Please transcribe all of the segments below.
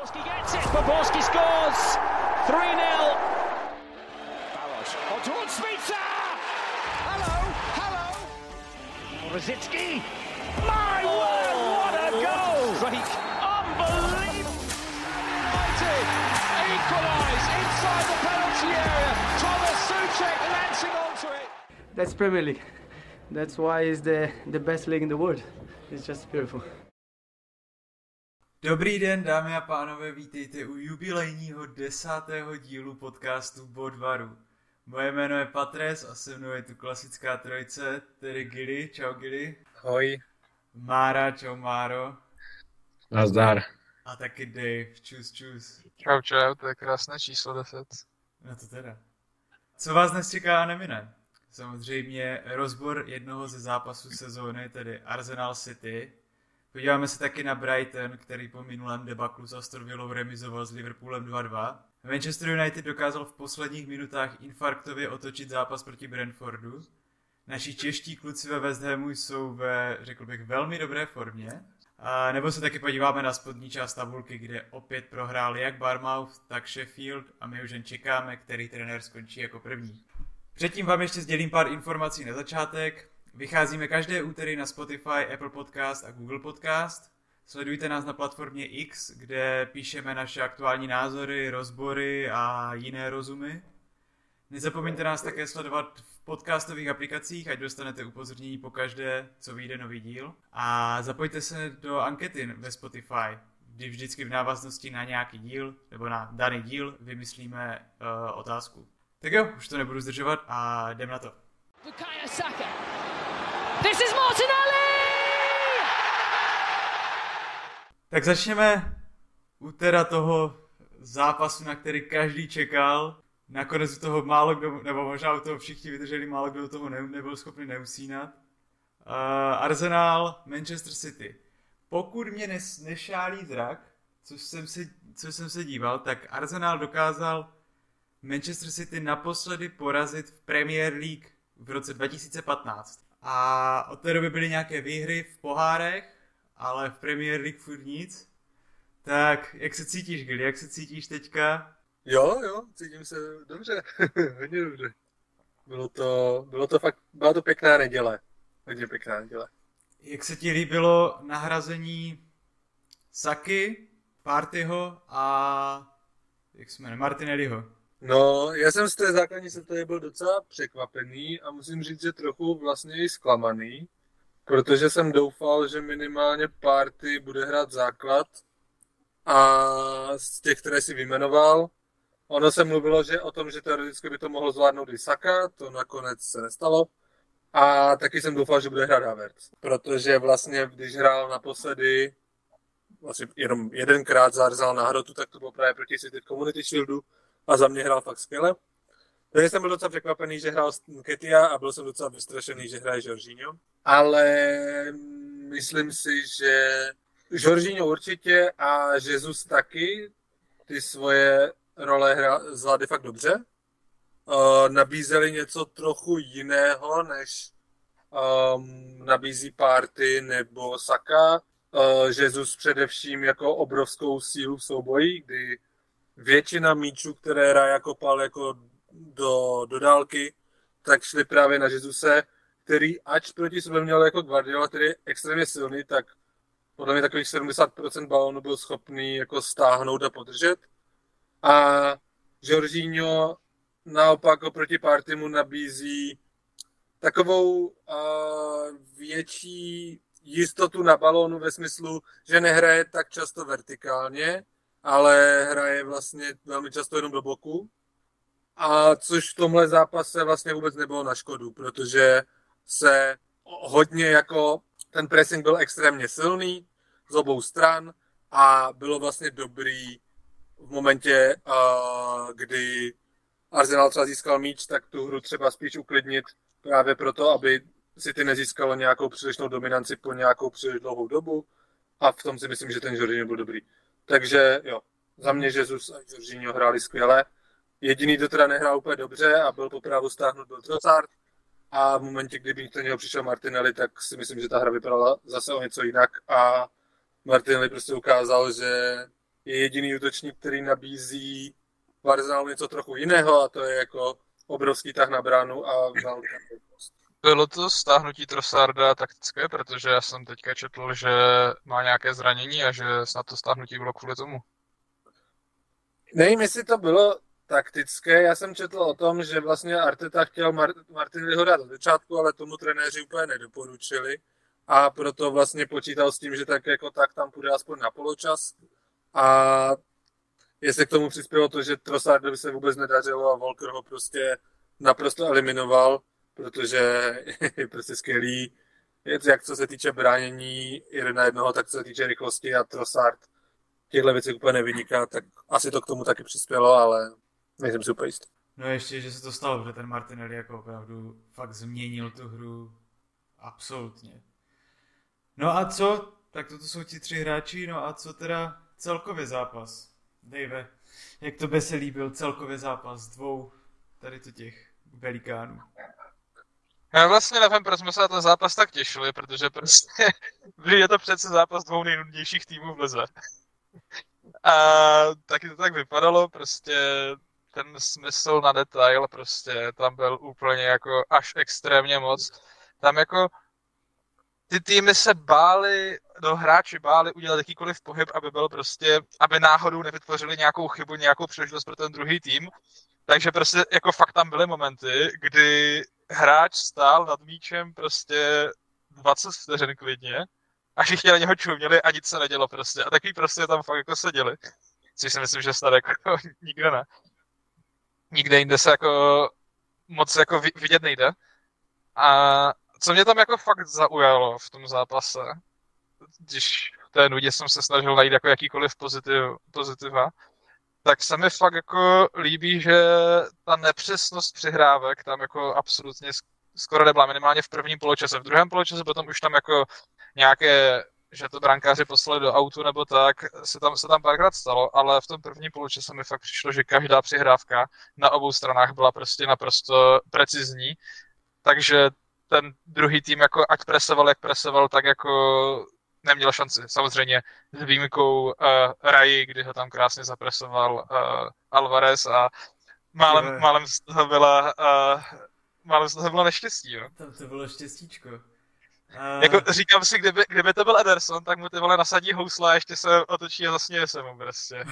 Poborský gets it. Poborský scores. 3-0. Balos. On towards Svica. Hello. Rosicky. My word, what a goal! Strike. Unbelievable. United equalise inside the penalty area. Thomas Souček lancing onto it. That's Premier League. That's why it's the best league in the world. It's just beautiful. Dobrý den, dámy a pánové, vítejte u jubilejního 10. dílu podcastu Bodvaru. Moje jméno je Patres a se mnou je tu klasická trojice, tedy Gili, čau Gili. Ahoj. Mára, čau Máro. Nazdar. A taky Dave, čus. Čau, to je krásné číslo 10. No to teda. Co vás dnes čeká a nemine? Samozřejmě rozbor jednoho ze zápasů sezóny, tedy Arsenal City. Podíváme se taky na Brighton, který po minulém debaklu s Aston Villou remizoval s Liverpoolem 2-2. Manchester United dokázal v posledních minutách infarktově otočit zápas proti Brentfordu. Naši čeští kluci ve West Hamu jsou ve, řekl bych, velmi dobré formě. A nebo se taky podíváme na spodní část tabulky, kde opět prohráli jak Bournemouth, tak Sheffield a my už jen čekáme, který trenér skončí jako první. Předtím vám ještě sdělím pár informací na začátek. Vycházíme každé úterý na Spotify, Apple Podcast a Google Podcast. Sledujte nás na platformě X, kde píšeme naše aktuální názory, rozbory a jiné rozumy. Nezapomeňte nás také sledovat v podcastových aplikacích, ať dostanete upozornění pokaždé, co vyjde nový díl. A zapojte se do ankety ve Spotify, kdy vždycky v návaznosti na nějaký díl nebo na daný díl vymyslíme otázku. Tak jo, už to nebudu zdržovat a jdem na to. Bukayo Saka. This is Martinelli! Tak začněme u teda toho zápasu, na který každý čekal. Nakonec u toho málo kdo, nebo možná u toho všichni vydrželi, málo kdo do toho nebyl schopný neusínat. Arsenal, Manchester City. Pokud mě nešálí zrak, což jsem se díval, tak Arsenal dokázal Manchester City naposledy porazit v Premier League v roce 2015. A od té doby byly nějaké výhry v pohárech, ale v Premier League furt nic. Tak, jak se cítíš, Gili? Jak se cítíš teďka? Jo, cítím se dobře, hodně dobře. Byla to pěkná neděle, hodně pěkná neděle. Jak se ti líbilo nahrazení Saky, Parteyho a Martinelliho? No, já jsem z té základní série byl docela překvapený a musím říct, že trochu vlastně i zklamaný, protože jsem doufal, že minimálně Partey bude hrát základ a z těch, které si vyjmenoval. Ono se mluvilo, že o tom, že teoreticky by to mohlo zvládnout i Saka, to nakonec se nestalo. A taky jsem doufal, že bude hrát Havertz, protože vlastně, když hrál naposledy, vlastně jenom jedenkrát za Arsenal na hrotu, tak to bylo právě proti City v Community Shieldu a za mě hrál fakt skvěle. Takže jsem byl docela překvapený, že hrál Nketiah a byl jsem docela vystrašený, že hraje Jorginho. Ale myslím si, že Jorginho určitě a Jesus taky ty svoje role zvládli fakt dobře. Nabízeli něco trochu jiného, než nabízí Partey nebo Saka. Jesus především jako obrovskou sílu v souboji, kdy většina míčů, které Raya kopal jako do dálky, tak šli právě na Jesuse, který ač proti sobě měl jako Guardiola, který je extrémně silný, tak podle mě takových 70% balónů byl schopný jako stáhnout a podržet. A Jorginho naopak oproti Parteymu nabízí takovou větší jistotu na balónu ve smyslu, že nehraje tak často vertikálně, ale hraje vlastně velmi často jenom do boku. A což v tomhle zápase vlastně vůbec nebylo na škodu, protože se hodně jako ten pressing byl extrémně silný z obou stran a bylo vlastně dobrý v momentě, kdy Arsenal třeba získal míč, tak tu hru třeba spíš uklidnit právě proto, aby City nezískalo nějakou přílišnou dominanci po nějakou příliš dlouhou dobu a v tom si myslím, že ten Jorginho byl dobrý. Takže jo, za mě Jesus a Jorginho hráli skvěle. Jediný, kdo teda nehrál úplně dobře a byl popravdu stáhnut, byl Trossard. A v momentě, kdyby to něho přišel Martinelli, tak si myslím, že ta hra vypadala zase o něco jinak. A Martinelli prostě ukázal, že je jediný útočník, který nabízí v Arsenalu něco trochu jiného a to je jako obrovský tah na bránu a velká rychlost. Bylo to stáhnutí Trossarda taktické, protože já jsem teďka četl, že má nějaké zranění a že snad to stáhnutí bylo kvůli tomu. Nevím, jestli to bylo taktické. Já jsem četl o tom, že vlastně Arteta chtěl Martinelliho dát od začátku, ale tomu trenéři úplně nedoporučili a proto vlastně počítal s tím, že tak jako tak tam půjde aspoň na poločas a jestli k tomu přispělo to, že Trossardovi se vůbec nedařilo a Walker ho prostě naprosto eliminoval, protože je prostě skvělý, jak co se týče bránění 1-1, tak co se týče rychlosti a Trossard těchto věcí úplně nevyniká, tak asi to k tomu taky přispělo, ale nejsem si úplně jistý. No ještě, že se to stalo, protože ten Martinelli jako opravdu fakt změnil tu hru absolutně. No a co? Tak toto jsou ti 3 hráči, no a co teda celkově zápas? Dave, jak to by se líbil celkově zápas 2 tady to těch velikánů? Já vlastně nevím, proč jsme se na ten zápas tak těšili, protože prostě je to přece zápas 2 nejnudnějších týmů v lize. A taky to tak vypadalo, prostě ten smysl na detail prostě tam byl úplně jako až extrémně moc. Tam jako ty týmy se báli, hráči báli udělat jakýkoliv pohyb, aby byl prostě, aby náhodou nevytvořili nějakou chybu, nějakou příležitost pro ten druhý tým. Takže prostě jako fakt tam byly momenty, kdy hráč stál nad míčem prostě 20 vteřin klidně a všichni na něho čuměli a nic se nedělo prostě. A takový prostě tam fakt jako seděli. Což si myslím, že snad jako nikde ne. Nikde jinde se jako moc jako vidět nejde. A co mě tam jako fakt zaujalo v tom zápase, když v té nudě jsem se snažil najít jako jakýkoliv pozitiva, tak se mi fakt jako líbí, že ta nepřesnost přihrávek tam jako absolutně skoro nebyla, minimálně v prvním poločase. V druhém poločase potom už tam jako nějaké, že to brankáři poslali do autu nebo tak, se tam párkrát stalo, ale v tom prvním poločase mi fakt přišlo, že každá přihrávka na obou stranách byla prostě naprosto precizní, takže ten druhý tým jako ať presoval, jak presoval, tak jako neměl šanci. Samozřejmě s výjimkou Raji, kdy ho tam krásně zapresoval Alvarez a málem z toho bylo neštěstí. Jo. Tam to bylo štěstíčko. Jako říkám si, kdyby to byl Ederson, tak mu ty vole nasadí housla a ještě se otočí a zasněje se mu prostě.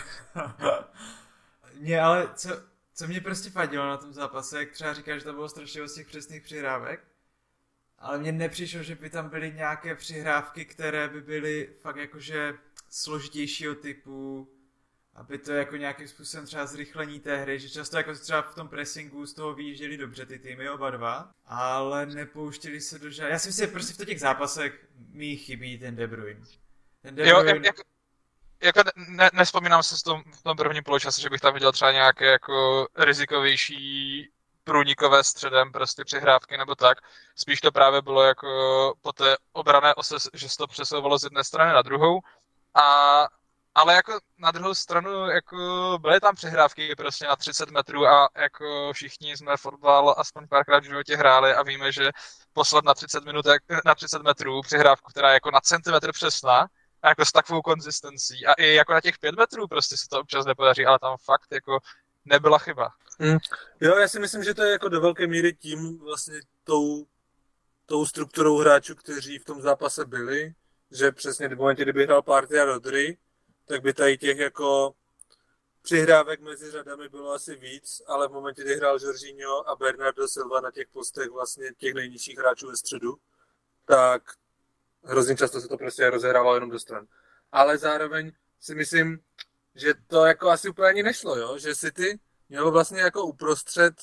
Ale co mě prostě fadilo na tom zápase, jak třeba říkáš, že to bylo strašně z těch přesných přihrávek, ale mně nepřišlo, že by tam byly nějaké přihrávky, které by byly fakt jakože složitějšího typu, aby to jako nějakým způsobem třeba zrychlení té hry, že často jako třeba v tom pressingu z toho vyjížděli dobře ty týmy oba dva, ale nepouštěli se do žádných. Já si myslím, že prostě v těch zápasech mi chybí ten De Bruyne. Jo, jako nespomínám se v tom prvním poločase, že bych tam viděl třeba nějaké jako rizikovější průnikové středem prostě přihrávky nebo tak. Spíš to právě bylo jako po té obrané ose, že se to přesouvalo z jedné strany na druhou. Ale jako na druhou stranu jako byly tam přihrávky prostě na 30 metrů a jako všichni jsme fotbal aspoň párkrát v životě hráli a víme, že poslat na 30 metrů přihrávku, která je jako na centimetr přesná a jako s takovou konzistencí a i jako na těch 5 metrů prostě se to občas nepodaří, ale tam fakt jako nebyla chyba. Jo, já si myslím, že to je jako do velké míry tím vlastně tou strukturou hráčů, kteří v tom zápase byli, že přesně v momentě, kdyby hrál Partey a Rodri, tak by tady těch jako přihrávek mezi řadami bylo asi víc, ale v momentě, kdy hrál Jorginho a Bernardo Silva na těch postech vlastně těch nejnižších hráčů ve středu, tak hrozně často se to prostě rozehrávalo jenom do stran. Ale zároveň si myslím, že to jako asi úplně ani nešlo, jo? Že City mělo vlastně jako uprostřed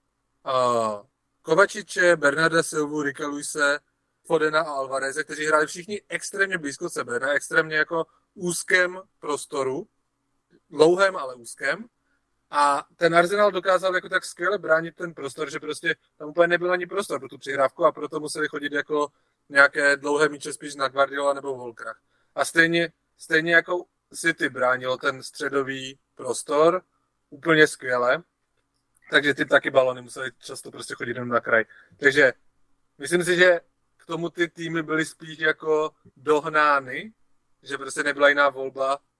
Kovačiče, Bernarda Silvu, Ricka Luise, Fodena a Alvareze, kteří hráli všichni extrémně blízko sebe, na extrémně jako úzkém prostoru, dlouhém, ale úzkém. A ten Arsenal dokázal jako tak skvěle bránit ten prostor, že prostě tam úplně nebyl ani prostor pro tu přihrávku a proto museli chodit jako nějaké dlouhé míče spíš na Guardiola nebo Volkrach. A stejně jako City bránilo ten středový prostor úplně skvěle, takže ty taky balony museli často prostě chodit jenom na kraj. Takže myslím si, že k tomu ty týmy byly spíš jako dohnány, že prostě nebyla jiná volba,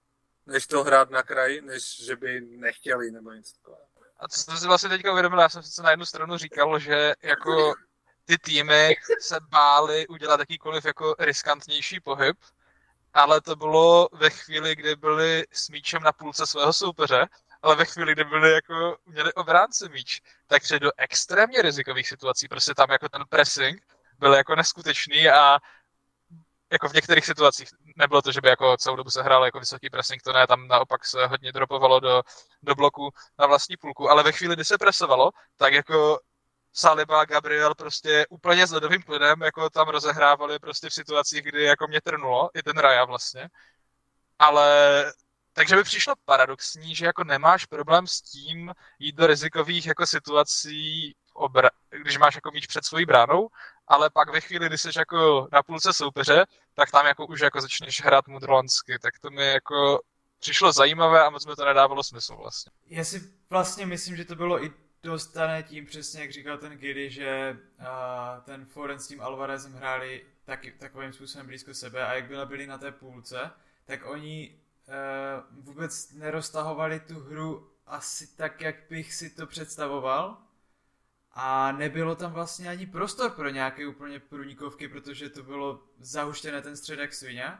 než to hrát na kraji, než že by nechtěli nebo něco takového. A co jsem si vlastně teďka uvědomil, já jsem sice na jednu stranu říkal, že jako ty týmy se bály udělat jakýkoliv jako riskantnější pohyb, ale to bylo ve chvíli, kdy byli s míčem na půlce svého soupeře, ale ve chvíli, kdy měli obránce míč, takže do extrémně rizikových situací, prostě tam jako ten pressing byl jako neskutečný a jako v některých situacích nebylo to, že by jako celou dobu se hrál jako vysoký pressing, to ne, tam naopak se hodně dropovalo do bloku na vlastní půlku, ale ve chvíli, kdy se presovalo, tak jako Saliba, Gabriel prostě úplně s ledovým plynem jako tam rozehrávali prostě v situacích, kdy jako mě trnulo, i ten Raya vlastně, ale takže by přišlo paradoxní, že jako nemáš problém s tím jít do rizikových jako situací, když máš jako míč před svojí bránou, ale pak ve chvíli, kdy jsi jako na půlce soupeře, tak tam jako už jako začneš hrát mudronsky, tak to mi jako přišlo zajímavé a moc mi to nedávalo smysl vlastně. Já si vlastně myslím, že to bylo i dostané tím přesně, jak říkal ten Giddy, že ten Foden s tím Alvarezem hráli takovým způsobem blízko sebe a jak byli na té půlce, tak oni vůbec neroztahovali tu hru asi tak, jak bych si to představoval a nebylo tam vlastně ani prostor pro nějaké úplně průnikovky, protože to bylo zahuštěné ten střed jak svině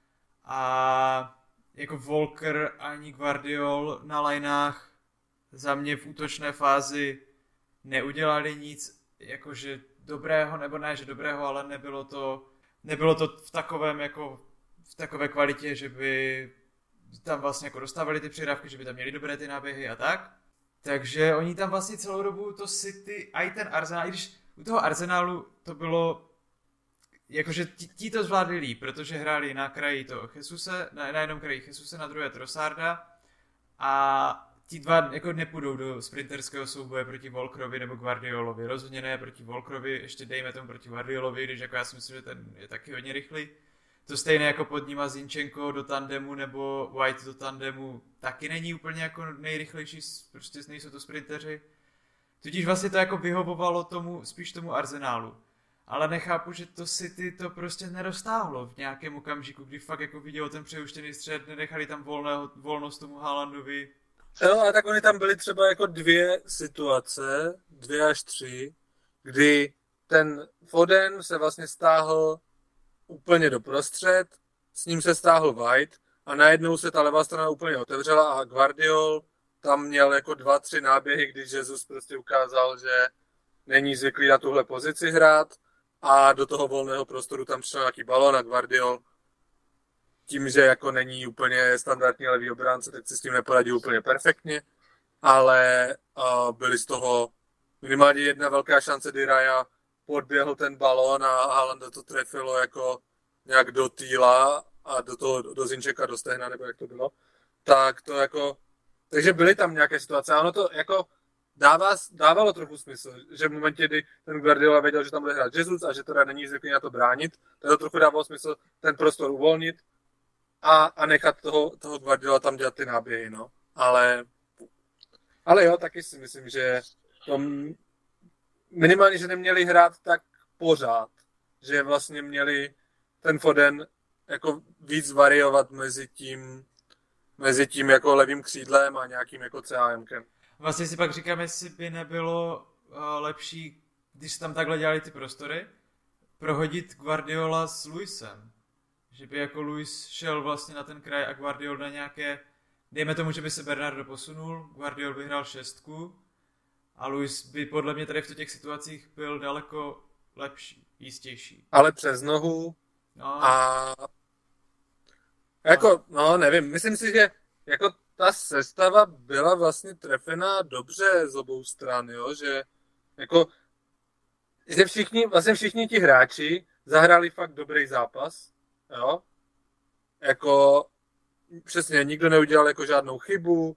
a jako Walker ani Guardiol na lineách za mě v útočné fázi neudělali nic jakože dobrého, nebo ne, že dobrého, ale nebylo to v takovém jako v takové kvalitě, že by tam vlastně jako dostávali ty přihrávky, že by tam měli dobré ty náběhy a tak. Takže oni tam vlastně celou dobu to City a i ten Arsenal, i když u toho Arsenalu to bylo jakože ti to zvládli líp, protože hráli na kraji toho Jesuse, na jednom kraji Jesuse, na druhé Trossarda a ti dva jako nepůjdou do sprinterského souboje proti Walkerovi nebo Guardiolovi. Rozhodně ne proti Walkerovi, ještě dejme tomu proti Guardiolovi, když jako já si myslím, že ten je taky hodně rychlý. To stejné jako pod nima Zinchenko do tandemu nebo White do tandemu taky není úplně jako nejrychlejší, prostě nejsou to sprinteři. Tudíž vlastně to jako vyhovovalo spíš tomu Arsenálu. Ale nechápu, že to City to prostě neroztáhlo v nějakém okamžiku, kdy fakt jako vidělo ten přehuštěný střed, nenechali tam volnost tomu Haalandovi. No a tak oni tam byly třeba jako 2 situace, 2 až 3, kdy ten Foden se vlastně stáhl úplně doprostřed, s ním se stáhl White a najednou se ta levá strana úplně otevřela a Guardiol tam měl jako 2-3 náběhy, když Jesus prostě ukázal, že není zvyklý na tuhle pozici hrát a do toho volného prostoru tam přišel nějaký balón a Guardiol tím, že jako není úplně standardní levý obránce, tak si s tím neporadil úplně perfektně, ale byly z toho minimálně jedna velká šance, kdy Raya podběhl ten balón a Haalanda to trefilo jako nějak do týla a do Zinčeka, do stehna, nebo jak to bylo. Tak to jako, takže byly tam nějaké situace a ono to jako dávalo trochu smysl, že v momentě, kdy ten Guardiola věděl, že tam bude hrát Jesus a že teda není zvyklý na to bránit, tak to trochu dávalo smysl ten prostor uvolnit a nechat toho Guardiola tam dělat ty náběhy, no. Ale jo, taky si myslím, že to minimálně, že neměli hrát tak pořád, že vlastně měli ten Foden jako víc variovat mezi tím jako levým křídlem a nějakým jako CAMkem. Vlastně si pak říkám, jestli by nebylo lepší, když tam takhle dělali ty prostory, prohodit Guardiola s Luisem. Že by jako Luis šel vlastně na ten kraj a Guardiol na nějaké, dejme tomu, že by se Bernardo posunul, Guardiol by hrál 6 a Luis by podle mě tady v těch situacích byl daleko lepší, jistější. Ale přes nohu a jako, no nevím, myslím si, že jako ta sestava byla vlastně trefená dobře z obou stran, jo, že jako, že všichni ti hráči zahráli fakt dobrý zápas, jo, jako přesně, nikdo neudělal jako žádnou chybu,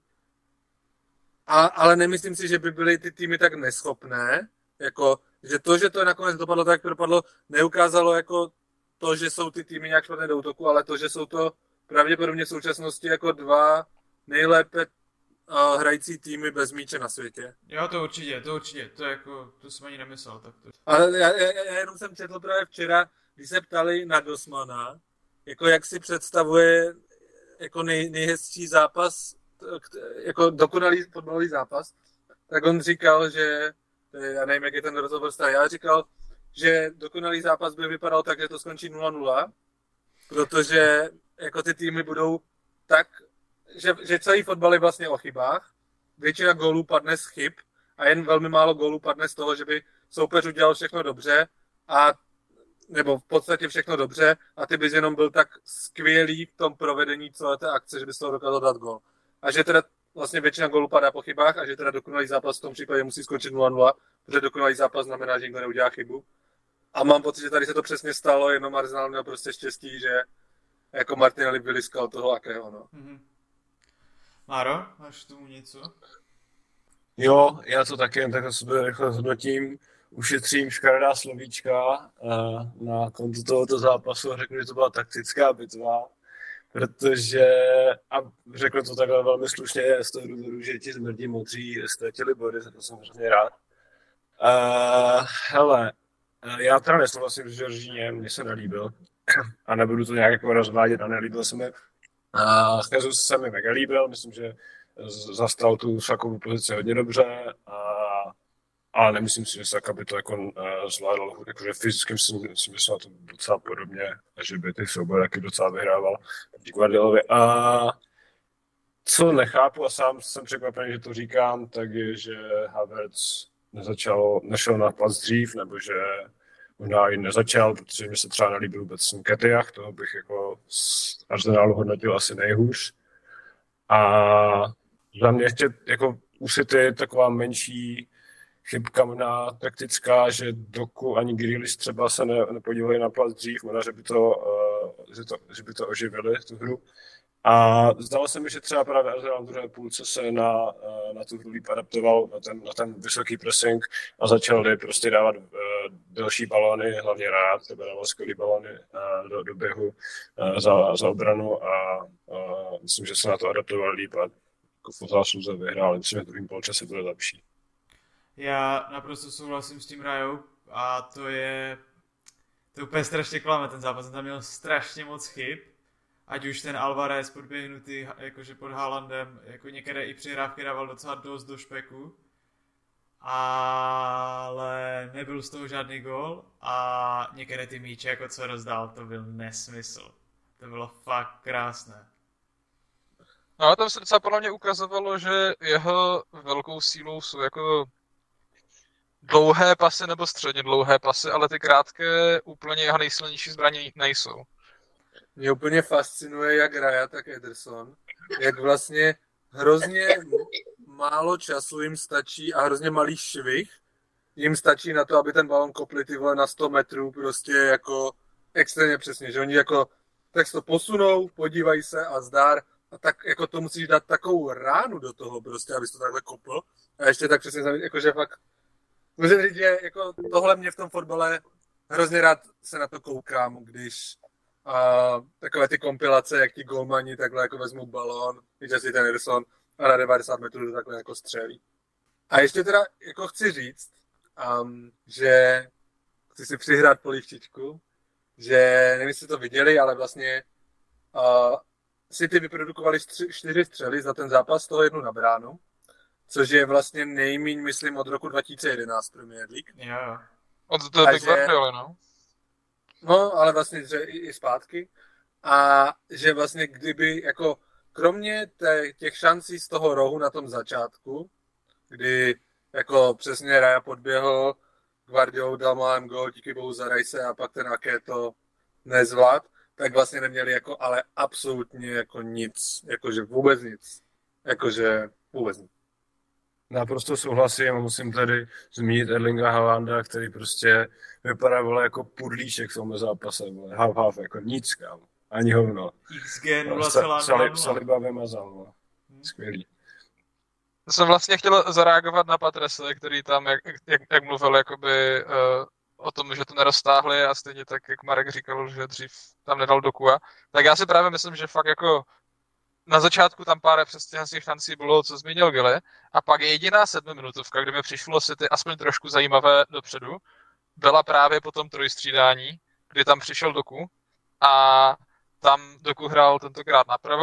ale nemyslím si, že by byly ty týmy tak neschopné, jako, že to nakonec dopadlo tak, jak to dopadlo, neukázalo jako to, že jsou ty týmy nějak špatné do útoku, ale to, že jsou to pravděpodobně v současnosti jako 2 nejlépe hrající týmy bez míče na světě. Jo, to určitě, to jako, to jsem ani nemyslel. Tak to... Ale já jenom jsem četl právě včera, když se ptali na Dosmana, jako jak si představuje jako nejhezčí zápas, jako dokonalý fotbalový zápas, tak on říkal, že, já nevím, jak je ten rozhovor starý, já říkal, že dokonalý zápas by vypadal tak, že to skončí 0-0, protože jako ty týmy budou tak, že celý fotbal je vlastně o chybách, většina gólů padne z chyb a jen velmi málo gólů padne z toho, že by soupeř udělal všechno dobře nebo v podstatě všechno dobře a ty bys jenom byl tak skvělý v tom provedení celé té akce, že bys toho dokázal dát gól. A že teda vlastně většina gólů padá po chybách a že teda dokonalý zápas v tom případě musí skončit 0-0, protože dokonalý zápas znamená, že nikdo neudělá chybu. A mám pocit, že tady se to přesně stalo, jenom Arsenal měl prostě štěstí, že jako Martinelli vyliskal toho akého, no. Mm-hmm. Máro, máš tomu něco? Jo, já to taky jen tak na sebe rychle hodnotím. Ušetřím škaredá slovíčka na konto tohoto zápasu a řeknu, že to byla taktická bitva, protože, a řeknu to takhle velmi slušně, z toho důvodu, že ti zmrdí modří ztratili body, za to jsem hrozně rád. Hele, já teda nesouhlasím s Jorginhem, mně se nelíbil a nebudu to nějak jako rozvádět a nelíbil se mi. Jesus se mi mega líbil, myslím, že zastal tu Sakovu pozici hodně dobře, ale nemyslím si, že Saka by to jako zvládl, jakože fyzicky myslím, že se na to docela podobně, a že by ty souboje taky docela vyhrával proti Guardiolovi. A co nechápu a sám jsem překvapený, že to říkám, tak je, že Havertz nešel na plac dřív, nebo že možná i nezačal, protože mi se třeba nelíbil vůbec Nketiah, toho bych jako z Arsenalu hodnotil asi nejhůř. A za mě ještě jako u City taková menší chybka možná taktická, že Doku ani Grealish třeba se nepodívali na plac dřív, možná, že by to oživili, tu hru. A zdalo se mi, že třeba právě Arsenal v druhé půlce se na tu hru líp adaptoval, na ten vysoký pressing a začali prostě dávat delší balóny, hlavně rád, třeba dával skvělý balóny do běhu za obranu a myslím, že se na to adaptovali líp a jako v zásluze vyhrál, myslím, že v druhém poločase bude lepší. Já naprosto souhlasím s tím Rajou a to úplně strašně klame ten zápas, tam měl strašně moc chyb, ať už ten Alvarez podběhnutý jakože pod Haalandem, jako některé i přihrávky dával docela dost do špeku, ale nebyl z toho žádný gól a některé ty míče, jako co rozdál, to byl nesmysl. To bylo fakt krásné. No, tam se docela podle mě ukazovalo, že jeho velkou sílou jsou jako dlouhé pasy nebo středně dlouhé pasy, ale ty krátké úplně jeho nejsilnější zbraně nejsou. Mě úplně fascinuje jak Raya, tak Ederson, jak vlastně hrozně málo času jim stačí a hrozně malý švih jim stačí na to, aby ten balon kopli ty vole na 100 metrů prostě jako extrémně přesně, že oni jako tak se to posunou, podívají se a zdar a tak jako to musíš dát takovou ránu do toho prostě, abys to takhle kopl a ještě tak přesně jakože fakt můžem říct, že jako tohle mě v tom fotbale hrozně rád se na to koukám, když takové ty kompilace, jak ti golmani takhle jako vezmou balón, víte si ten Ederson a na 90 metrů takhle jako střelí. A ještě teda jako chci říct, že chci si přihrát polívčičku, že nevím, jestli to viděli, ale vlastně City vyprodukovali 4 střely za ten zápas, toho 1 na bránu, což je vlastně nejmíň, myslím, od roku 2011 Premier League. Jo. Od toho Big Guardiola, no. No, ale vlastně že i zpátky. A že vlastně kdyby, jako kromě těch šancí z toho rohu na tom začátku, kdy jako přesně Raya podběhl, Guardiola dal malém gól, díky bohu za Rice a pak ten Ake to nezvlád, tak vlastně neměli jako ale absolutně jako nic, jakože vůbec nic. Jakože vůbec nic. Naprosto souhlasím a musím tady zmínit Erlinga Haalanda, který prostě vypadal jako pudlíček v tomhle zápase. Half, jako nic, kámo. Ani hovno. XG 0,0. Saliba vymazal. Skvělý. Jsem vlastně chtěl zareagovat na Patrese, který tam, jak mluvil jakoby, o tom, že to neroztáhli a stejně tak, jak Marek říkal, že dřív tam nedal Dokua. Tak já si právě myslím, že fakt jako na začátku tam pár přestěhanských šancí bylo, co zmínil Gile, a pak jediná 7minutovka, kdy mi přišlo City aspoň trošku zajímavé dopředu, byla právě po tom trojstřídání, kdy tam přišel Doku a tam Doku hrál tentokrát napravo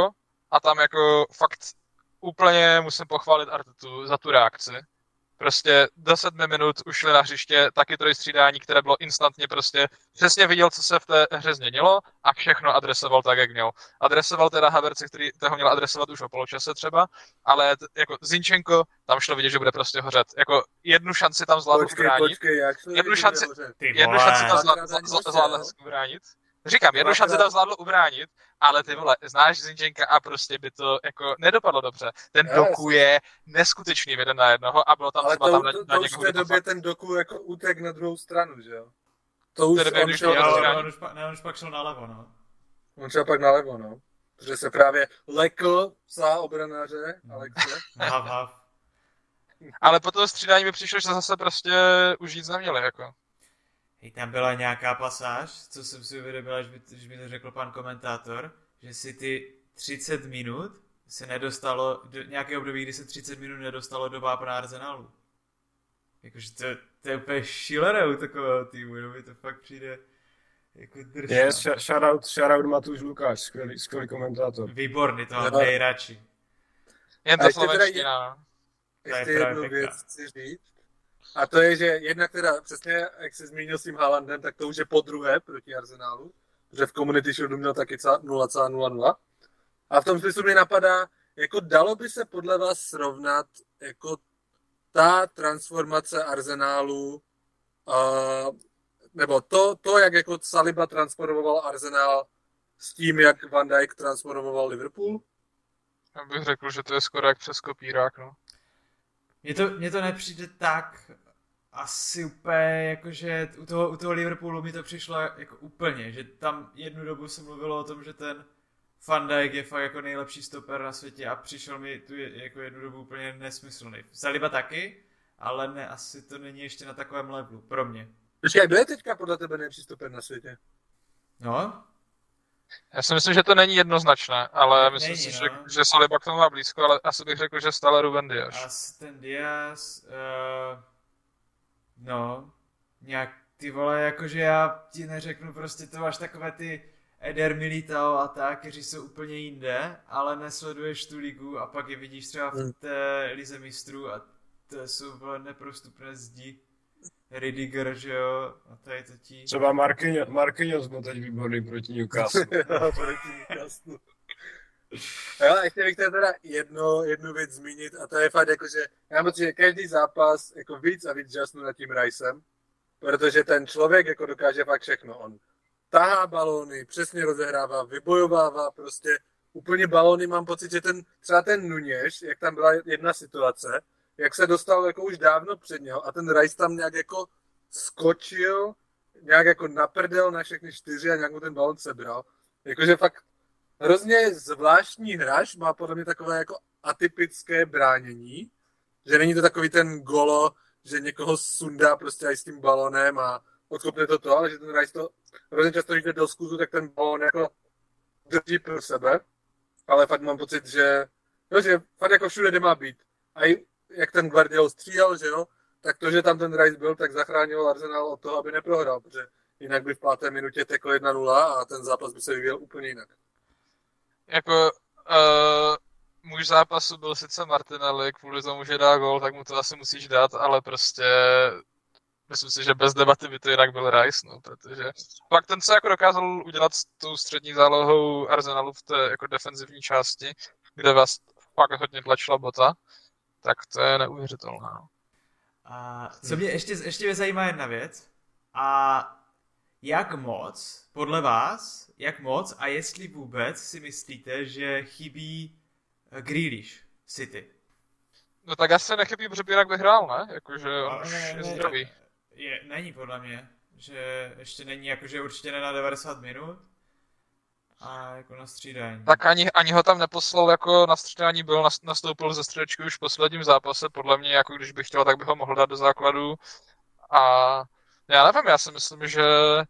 a tam jako fakt úplně musím pochválit Artetu za tu reakci. Prostě do 7 minut ušli na hřiště taky trojstřídání, které bylo instantně prostě přesně viděl, co se v té hře změnilo a všechno adresoval tak, jak měl. Adresoval teda Havertze, který toho měl adresovat už o poločase třeba, ale jako Zinchenko, tam šlo vidět, že bude prostě hořet. Jako jednu šanci tam zvládl ubránit. Jednu šanci tam zvládl ubránit. Říkám, jednu šanci tam zvládlo ubránit, ale ty vole, znáš Zinchenka a prostě by to jako nedopadlo dobře. Ten Doku je neskutečný v 1-1 a bylo tam ale třeba to, tam to už v té době ten Doku jako útek na druhou stranu, že jo? To už on už pak šel nalevo, no. On šel pak nalevo, no. Protože se právě lekl za obranáře, Alexe. Hav. Ale po toho střídání mi přišlo, že zase prostě už nic neměli, jako. Hej, tam byla nějaká pasáž, co jsem si uvědomil, že mi to řekl pan komentátor, že si ty 30 minut se nedostalo, do nějaké období, kdy se 30 minut nedostalo do vápna Arsenalu. Jakože to je úplně šílené u takového týmu, no mi to fakt přijde jako drsné. Yes, shoutout Matuš Lukáš, skvělý komentátor. Výborný, to mám nejradši. Jen ta slovenština. Ještě jednu věc chci říct. A to je, že jednak teda přesně, jak jsi zmínil s tím Haalandem, tak to už je podruhé proti Arsenalu, protože v Community Shieldu měl taky 0,00. A v tom smyslu mě napadá, jako dalo by se podle vás srovnat jako ta transformace Arsenalu, nebo to, jak jako Saliba transformoval Arsenal s tím, jak Van Dijk transformoval Liverpool? Já bych řekl, že to je skoro jak přes kopírák, no. Mně to nepřijde tak asi úplně, jakože u toho Liverpoolu mi to přišlo jako úplně, že tam jednu dobu se mluvilo o tom, že ten Van Dijk je fakt jako nejlepší stoper na světě a přišel mi tu jako jednu dobu úplně nesmyslný. Saliba taky, ale ne, asi to není ještě na takovém levelu, pro mě. Počkej, kdo je teďka podle tebe nejlepší stoper na světě? No? Já si myslím, že to není jednoznačné, ale myslím si, že Saliba k tomu má blízko, ale asi bych řekl, že stále Ruben Dias. Asi ten Dias, no, nějak ty vole, jakože já ti neřeknu, prostě to máš takové ty Eder Militao a tak, kteří jsou úplně jinde, ale nesleduješ tu ligu a pak je vidíš třeba v té lize mistrů a to jsou vole neprostupné zdi. Ridiger, že jo, a tady to ti... Třeba Marquinhos byl teď výborný proti Newcastle. Jo, ještě bych teda jednu věc zmínit a to je fakt jako, že já mám pocit, že každý zápas jako víc a víc žasnu nad tím Ricem, protože ten člověk jako dokáže fakt všechno. On tahá balóny, přesně rozehrává, vybojovává prostě úplně balóny, mám pocit, že třeba ten Nuněš, jak tam byla jedna situace, jak se dostal jako už dávno před něho a ten Rice tam nějak jako skočil, nějak jako naprdel na všechny 4 a nějak mu ten balon sebral. Jakože fakt hrozně zvláštní hráč, má podle mě takové jako atypické bránění, že není to takový ten golo, že někoho sundá prostě aj s tím balonem a odkopne to, ale že ten Rice to hrozně často, když jde do skúzu, tak ten balon jako drží pro sebe, ale fakt mám pocit, že fakt jako všude, kde má být. A jak ten Guardiola stříhal, že jo, tak to, že tam ten Rice byl, tak zachránil Arsenal od toho, aby neprohrál, protože jinak by v 5. minutě tekl 1-0 a ten zápas by se vyvíjel úplně jinak. Jako muž zápasu byl sice Martinelli, kvůli tomu, že dá gól, tak mu to asi musíš dát, ale prostě myslím si, že bez debaty by to jinak byl Rice, no, protože pak ten se jako dokázal udělat s tou střední zálohou Arsenalu v té jako defenzivní části, kde vás fakt hodně tlačila Bota, tak to je neuvěřitelné. A co mě ještě mě zajímá jedna věc. A jak moc, podle vás, a jestli vůbec si myslíte, že chybí Grealish City? No tak asi nechybí, protože by jinak vyhrál, ne? Jakože on už je zdravý. Není podle mě, že ještě není, jakože určitě ne na 90 minut. A jako na střídání. Tak ani ho tam neposlal jako na střídání, nastoupil ze středečky už v posledním zápase, podle mě, jako když bych chtěl, tak bych ho mohl dát do základu. A já nevím, já si myslím, že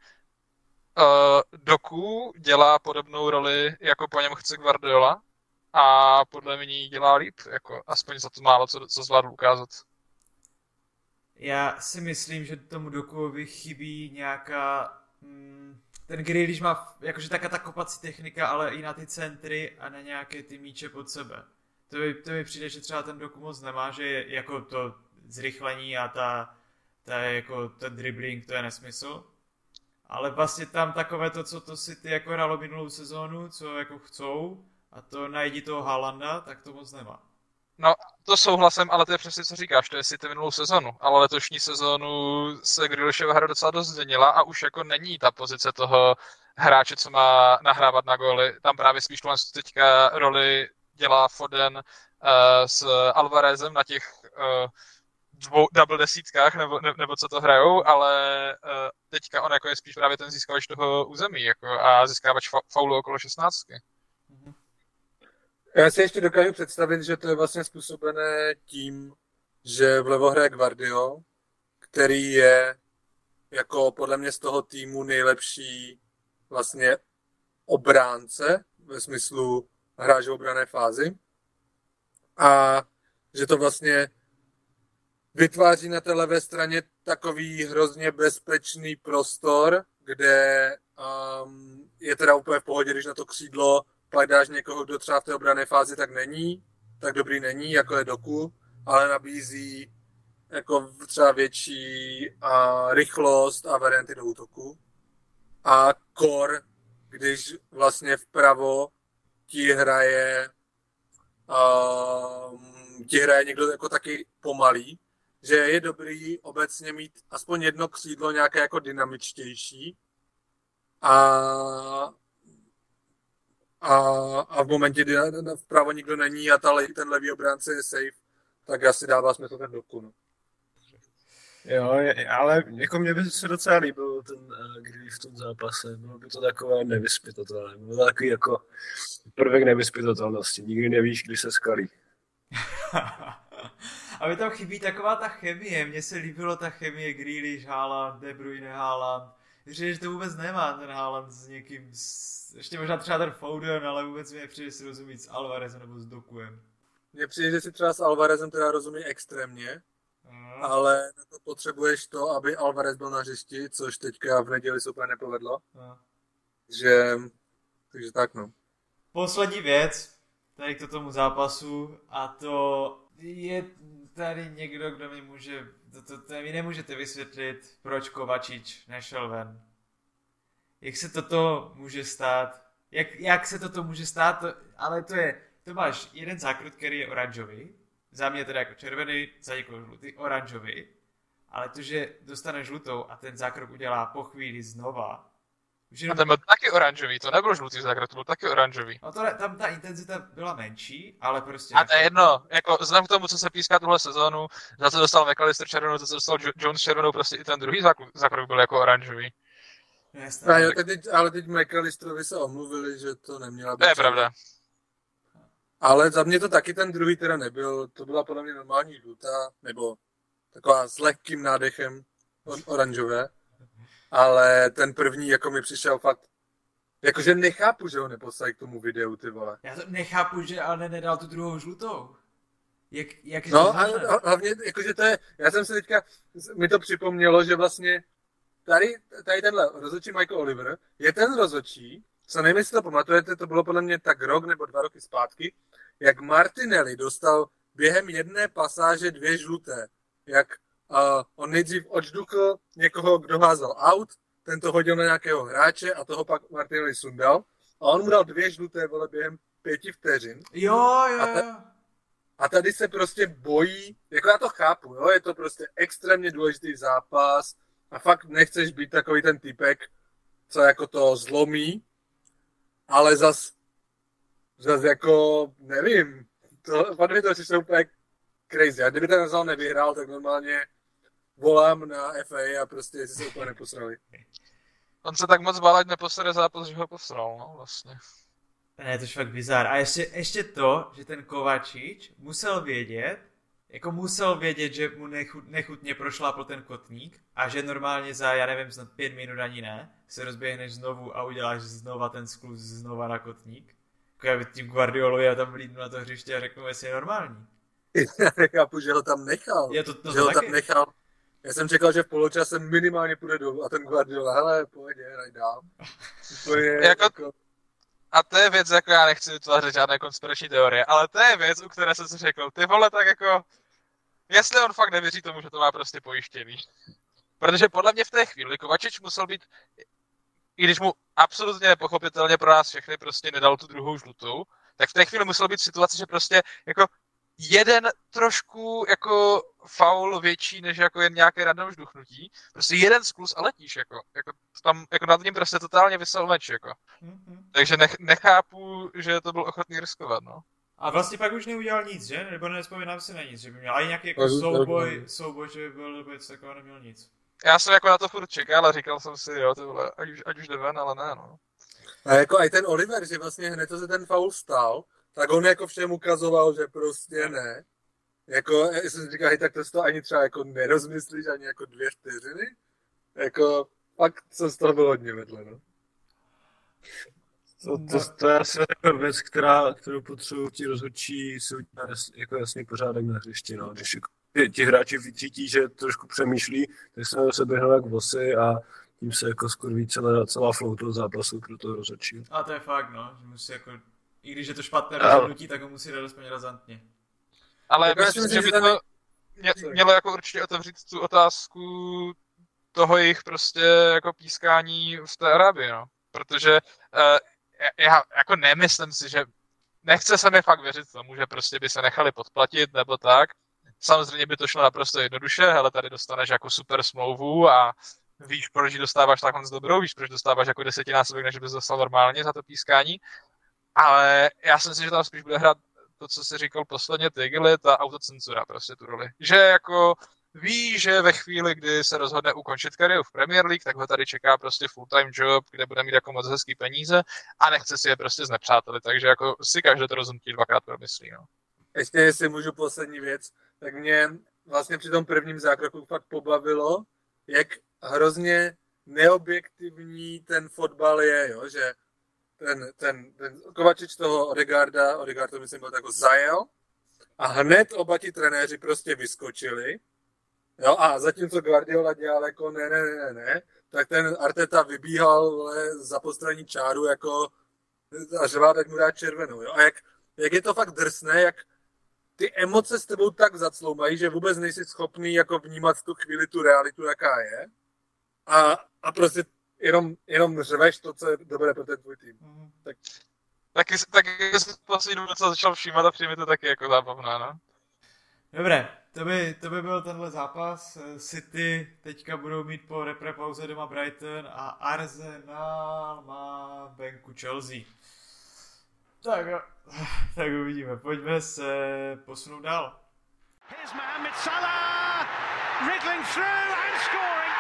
Doku dělá podobnou roli, jako po něm chce Guardiola a podle mě ji dělá líp, jako aspoň za to málo, co zvládl ukázat. Já si myslím, že tomu Dokuovi chybí nějaká ten Grealish má jakože taká ta kopací technika, ale i na ty centry a na nějaké ty míče pod sebe. To mi přijde, že třeba ten Doku moc nemá, že je jako to zrychlení a jako ten dribbling, to je nesmysl. Ale vlastně tam takové to, co to City jako hrálo minulou sezónu, co jako chcou, a to najdi toho Haalanda, tak to moc nemá. No, to souhlasím, ale to je přesně co říkáš, to je City minulou sezonu. Ale letošní sezónu se Grealishova hra docela dost změnila a už jako není ta pozice toho hráče, co má nahrávat na góly. Tam právě spíš teďka roli dělá Foden s Alvarezem na těch dvou double desítkách, nebo co to hrajou, ale teďka on jako je spíš právě ten získavač toho území jako, a získávač faulu okolo 16. Já si ještě dokážu představit, že to je vlastně způsobené tím, že vlevo hraje Gvardiol, který je jako podle mě z toho týmu nejlepší vlastně obránce, ve smyslu hráče v obranné fázi. A že to vlastně vytváří na té levé straně takový hrozně bezpečný prostor, kde je teda úplně v pohodě, když na to křídlo pak dáš někoho, kdo třeba v té obranné fázi tak dobrý není, jako je Doku, ale nabízí jako třeba větší rychlost a varianty do útoku. A kor, když vlastně vpravo ti hraje někdo jako taky pomalý, že je dobrý obecně mít aspoň jedno křídlo nějaké jako dynamičtější a v momentě, kdy vpravo nikdo není a ten levý obránce je safe, tak asi dává smysl ten Doku. No. Jo, ale jako mě by se docela líbil ten Grealish v tom zápase. Bylo by to takové nevyzpytatelné. Bylo to takový jako prvek nevyzpytatelnosti. Nikdy nevíš, kdy se skalí. A mi tam chybí taková ta chemie. Mně se líbilo ta chemie Grealish, Haaland, De Bruyne, Haaland. Že to vůbec nemá ten Haaland s někým, ještě možná třeba ten Foden, ale vůbec mi nepřijde si rozumět s Alvarezem nebo s Dokuem. Mně přijde, že si třeba s Alvarezem teda rozumí extrémně, ale na to potřebuješ to, aby Alvarez byl na hřišti, což teďka v neděli se úplně nepovedlo. Takže tak no. Poslední věc, tady k tomu zápasu, a to je tady někdo, kdo mi může, to mi nemůžete vysvětlit, proč Kovačič nešel ven. Jak se toto může stát? Jak se toto může stát? Ale to máš jeden zákrut, který je oranžový, za mě teda jako červený, za někoho žlutý, oranžový, ale to, že dostane žlutou a ten zákrok udělá po chvíli znova. A ten byl taky oranžový, to nebyl žlutý zákrok, to byl taky oranžový. No tam ta intenzita byla menší, ale prostě... A to je jedno, jako vzhledem k tomu, co se píská tuhle sezónu, za co dostal McAllister červenou, za co dostal Jones červenou, prostě i ten druhý zákrok byl jako oranžový. Ale teď McAllisterovi se omluvili, že to neměla být. To je pravda. Ale za mě to taky ten druhý teda nebyl, to byla podle mě normální žlutá, nebo taková s lehkým nádechem oranžové. Ale ten první jako mi přišel fakt, jakože nechápu, že ho neposlali k tomu videu, ty vole. Já to nechápu, že ale nedal tu druhou žlutou. Jak no a hlavně, jakože to je, já jsem se teďka, mi to připomnělo, že vlastně tady tenhle rozhodčí Michael Oliver je ten rozhodčí, co nevím, jestli to pamatujete, to bylo podle mě tak rok nebo 2 roky zpátky, jak Martinelli dostal během jedné pasáže 2 žluté, jak on nejdřív odždukl někoho, kdo házel out, ten to hodil na nějakého hráče a toho pak Martinelli sundal a on mu dal 2 žluté, vole, během 5 vteřin. Jo. A tady se prostě bojí, jako já to chápu, jo, je to prostě extrémně důležitý zápas a fakt nechceš být takový ten typek, co jako to zlomí, ale zas jako, nevím, to přišlo úplně crazy. A kdyby ten Arsenal nevyhrál, tak normálně volám na FA a prostě jestli se úplně neposrali. On se tak moc bál, ať neposede zápas, že ho posral, no vlastně. Ne, to je fakt bizár. A ještě to, že ten Kovačič musel vědět, že mu nechutně prošlápl ten kotník a že normálně za, já nevím, snad 5 minut ani ne, se rozběhneš znovu a uděláš znova ten skluz znova na kotník. Jako já tím Guardiolovi a tam vlídnu na to hřiště a řeknu, jestli je normální. Já nechápu, že ho tam nechal. Tam nechal. Já jsem čekal, že v poločase minimálně půjde dolů a ten Guardiola, hele, pojď, hraj dál. Jako... A to je věc, jako já nechci vytvářet žádné konspirační teorie, ale to je věc, u které jsem si řekl, ty vole, tak jako, jestli on fakt nevěří tomu, že to má prostě pojištěný. Protože podle mě v té chvíli Kovačič musel být, i když mu absolutně nepochopitelně pro nás všechny prostě nedal tu druhou žlutou, tak v té chvíli musel být v situaci, že prostě jako jeden trošku jako faul větší, než jako jen nějaké random žduchnutí. Prostě jeden skluz a letíš, jako tam jako nad ním prostě totálně vysel meč, jako. Takže nechápu, že to byl ochotný riskovat, no. A vlastně pak už neudělal nic, že? Nebo nevzpomínám si na nic, že by měl ani nějaký jako souboj, že by byl, nebo něco takového, neměl nic. Já jsem jako na to furt čekal a říkal jsem si, jo, tyhle, ať už jde ven, ale ne, no. A jako i ten Oliver, že vlastně hned to se ten faul stal, tak on jako všem ukazoval, že prostě ne. Jako, jsem říkal, hej, tak to ani třeba jako nerozmyslíš ani jako 2 vteřiny. Jako, fakt jsem z toho byl hodně vedle, no. To je asi jako věc, kterou potřebují ti rozhodčí soudit jako jasný pořádek na hřišti, no. Když jako ti hráči vycítí, že trošku přemýšlí, tak se na sebe běhnou jak vosy a tím se jako skurví celá flow toho zápasu pro toho rozhodčího. A to je fakt, no, že musí jako, i když je to špatné rozhodnutí, tak ho musí dát aspoň razantně. Ale myslím, že by to mělo jako určitě otevřít tu otázku toho jejich prostě jako pískání v té Arábii, no. Protože já jako nemyslím si, že nechce se mi fakt věřit tomu, že prostě by se nechali podplatit nebo tak. Samozřejmě by to šlo naprosto jednoduše, hele, tady dostaneš jako super smlouvu a víš, proč dostáváš takhle s dobrou, víš, proč dostáváš jako 10násobek, než bys dostal normálně za to pískání. Ale já si myslím, že tam spíš bude hrát to, co jsi říkal posledně ty, Gilly, ta autocenzura prostě tu roli. Že jako ví, že ve chvíli, kdy se rozhodne ukončit kariéru v Premier League, tak ho tady čeká prostě full-time job, kde bude mít jako moc hezký peníze a nechce si je prostě znepřátelit, takže jako si každé to rozhodnutí 2krát promyslí, no. Ještě jestli můžu poslední věc, tak mě vlastně při tom prvním zákroku fakt pobavilo, jak hrozně neobjektivní ten fotbal je, jo, že ten Kovačič toho Odegaard to myslím byl jako zajel a hned oba ti trenéři prostě vyskočili, jo, a zatímco Guardiola dělal jako ne, tak ten Arteta vybíhal za postranní čáru jako a řvát, ať mu dá červenou, jo, a jak je to fakt drsné, jak ty emoce s tebou tak zacloumají, že vůbec nejsi schopný jako vnímat v tu chvíli tu realitu, jaká je. A prostě jenom řveš to, co je dobré pro ten tvůj tým. Tak jsem poslední docela začal všímat a přijme to taky jako zábavná, no. Dobré, to by byl tenhle zápas. City teďka budou mít po repre pauze doma Brighton a Arsenal má venku Chelsea. Tak uvidíme. Pojďme se posunout dál. Here's Mohamed Salah, wriggling through and scoring.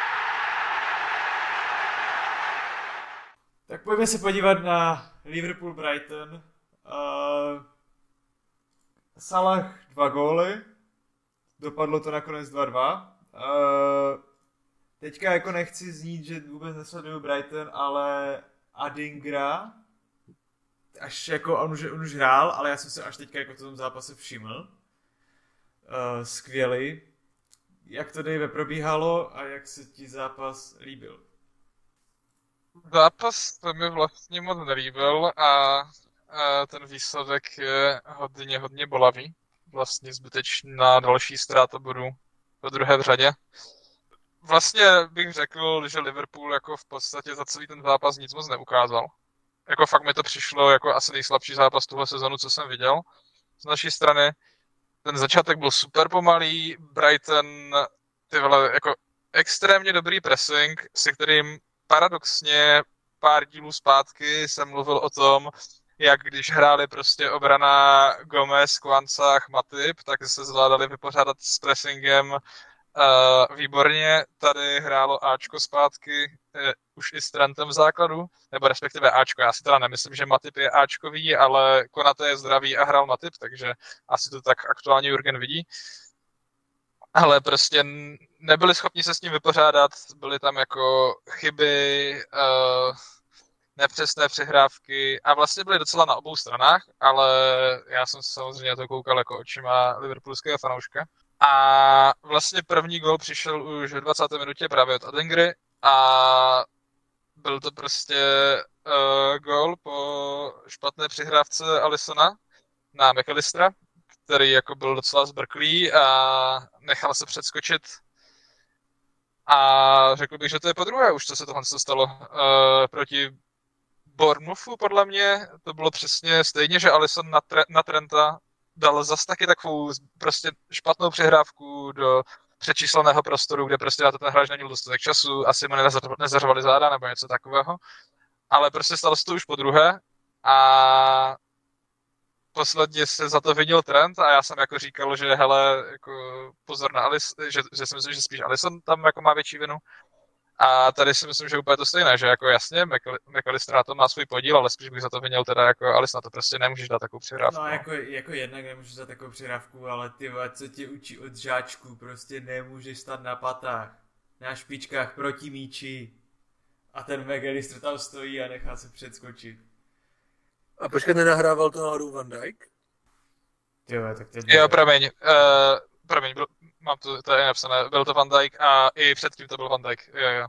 Tak pojďme se podívat na Liverpool Brighton. Salah 2 góly. Dopadlo to nakonec 2-2. Teďka jako nechci znít, že vůbec nesleduju Brighton, ale Adingra, až jako on už hrál, ale já jsem se až teďka jako v tom zápase všiml. Skvělý. Jak to, Dave, probíhalo a jak se ti zápas líbil? Zápas to mi vlastně moc nelíbil a ten výsledek je hodně bolavý. Vlastně zbytečná další ztráta bodů po druhé v řadě. Vlastně bych řekl, že Liverpool jako v podstatě za celý ten zápas nic moc neukázal. Jako fakt mi to přišlo jako asi nejslabší zápas tuhle sezonu, co jsem viděl. Z naší strany ten začátek byl super pomalý, Brighton, ty vole, jako extrémně dobrý pressing, se kterým paradoxně pár dílů zpátky jsem mluvil o tom, jak když hráli prostě obrana Gomez, Kvansách, Matip, tak se zvládali vypořádat s pressingem výborně. Tady hrálo Ačko zpátky, už i s Trentem v základu, nebo respektive Ačko. Já si teda nemyslím, že Matip je Ačkový, ale Konate je zdravý a hrál Matip, takže asi to tak aktuálně Jurgen vidí. Ale prostě nebyli schopni se s ním vypořádat, byly tam jako chyby, nepřesné přihrávky a vlastně byly docela na obou stranách, ale já jsem samozřejmě to koukal jako očima liverpoolského fanouška. A vlastně první gól přišel už v 20. minutě právě od Adengry a byl to prostě gól po špatné přihrávce Alissona na McAllistera, který jako byl docela zbrklý a nechal se předskočit. A řekl bych, že to je podruhé už, co se tohle stalo proti Bournemouthu, podle mě. To bylo přesně stejně, že Alisson na Trenta dal zas taky takovou prostě špatnou přihrávku do předčísleného prostoru, kde prostě na to ten hráč neměl dostatek času, asi mu nezařvali záda nebo něco takového. Ale prostě stalo se to už podruhé a posledně se za to vinil Trent a já jsem jako říkal, že hele, jako pozor na Alisson, že si myslím, že spíš Alisson tam jako má větší vinu. A tady si myslím, že úplně to stejné, že jako jasně, McAllister na tom má svůj podíl, ale spíš bych za to vinil teda jako Alisson, na to prostě nemůžeš dát takovou přihrávku. No jako jednak nemůžeš dát takovou přihrávku, ale ty co tě učí od žáčků, prostě nemůžeš stát na patách, na špičkách proti míči a ten McAllister tam stojí a nechá se předskočit. A počkej, nenahrával to náhodou Van Dijk? Jo, tak teď... Jo, promiň, mám to je napsané, byl to Van Dijk a i předtím to byl Van Dijk, jo.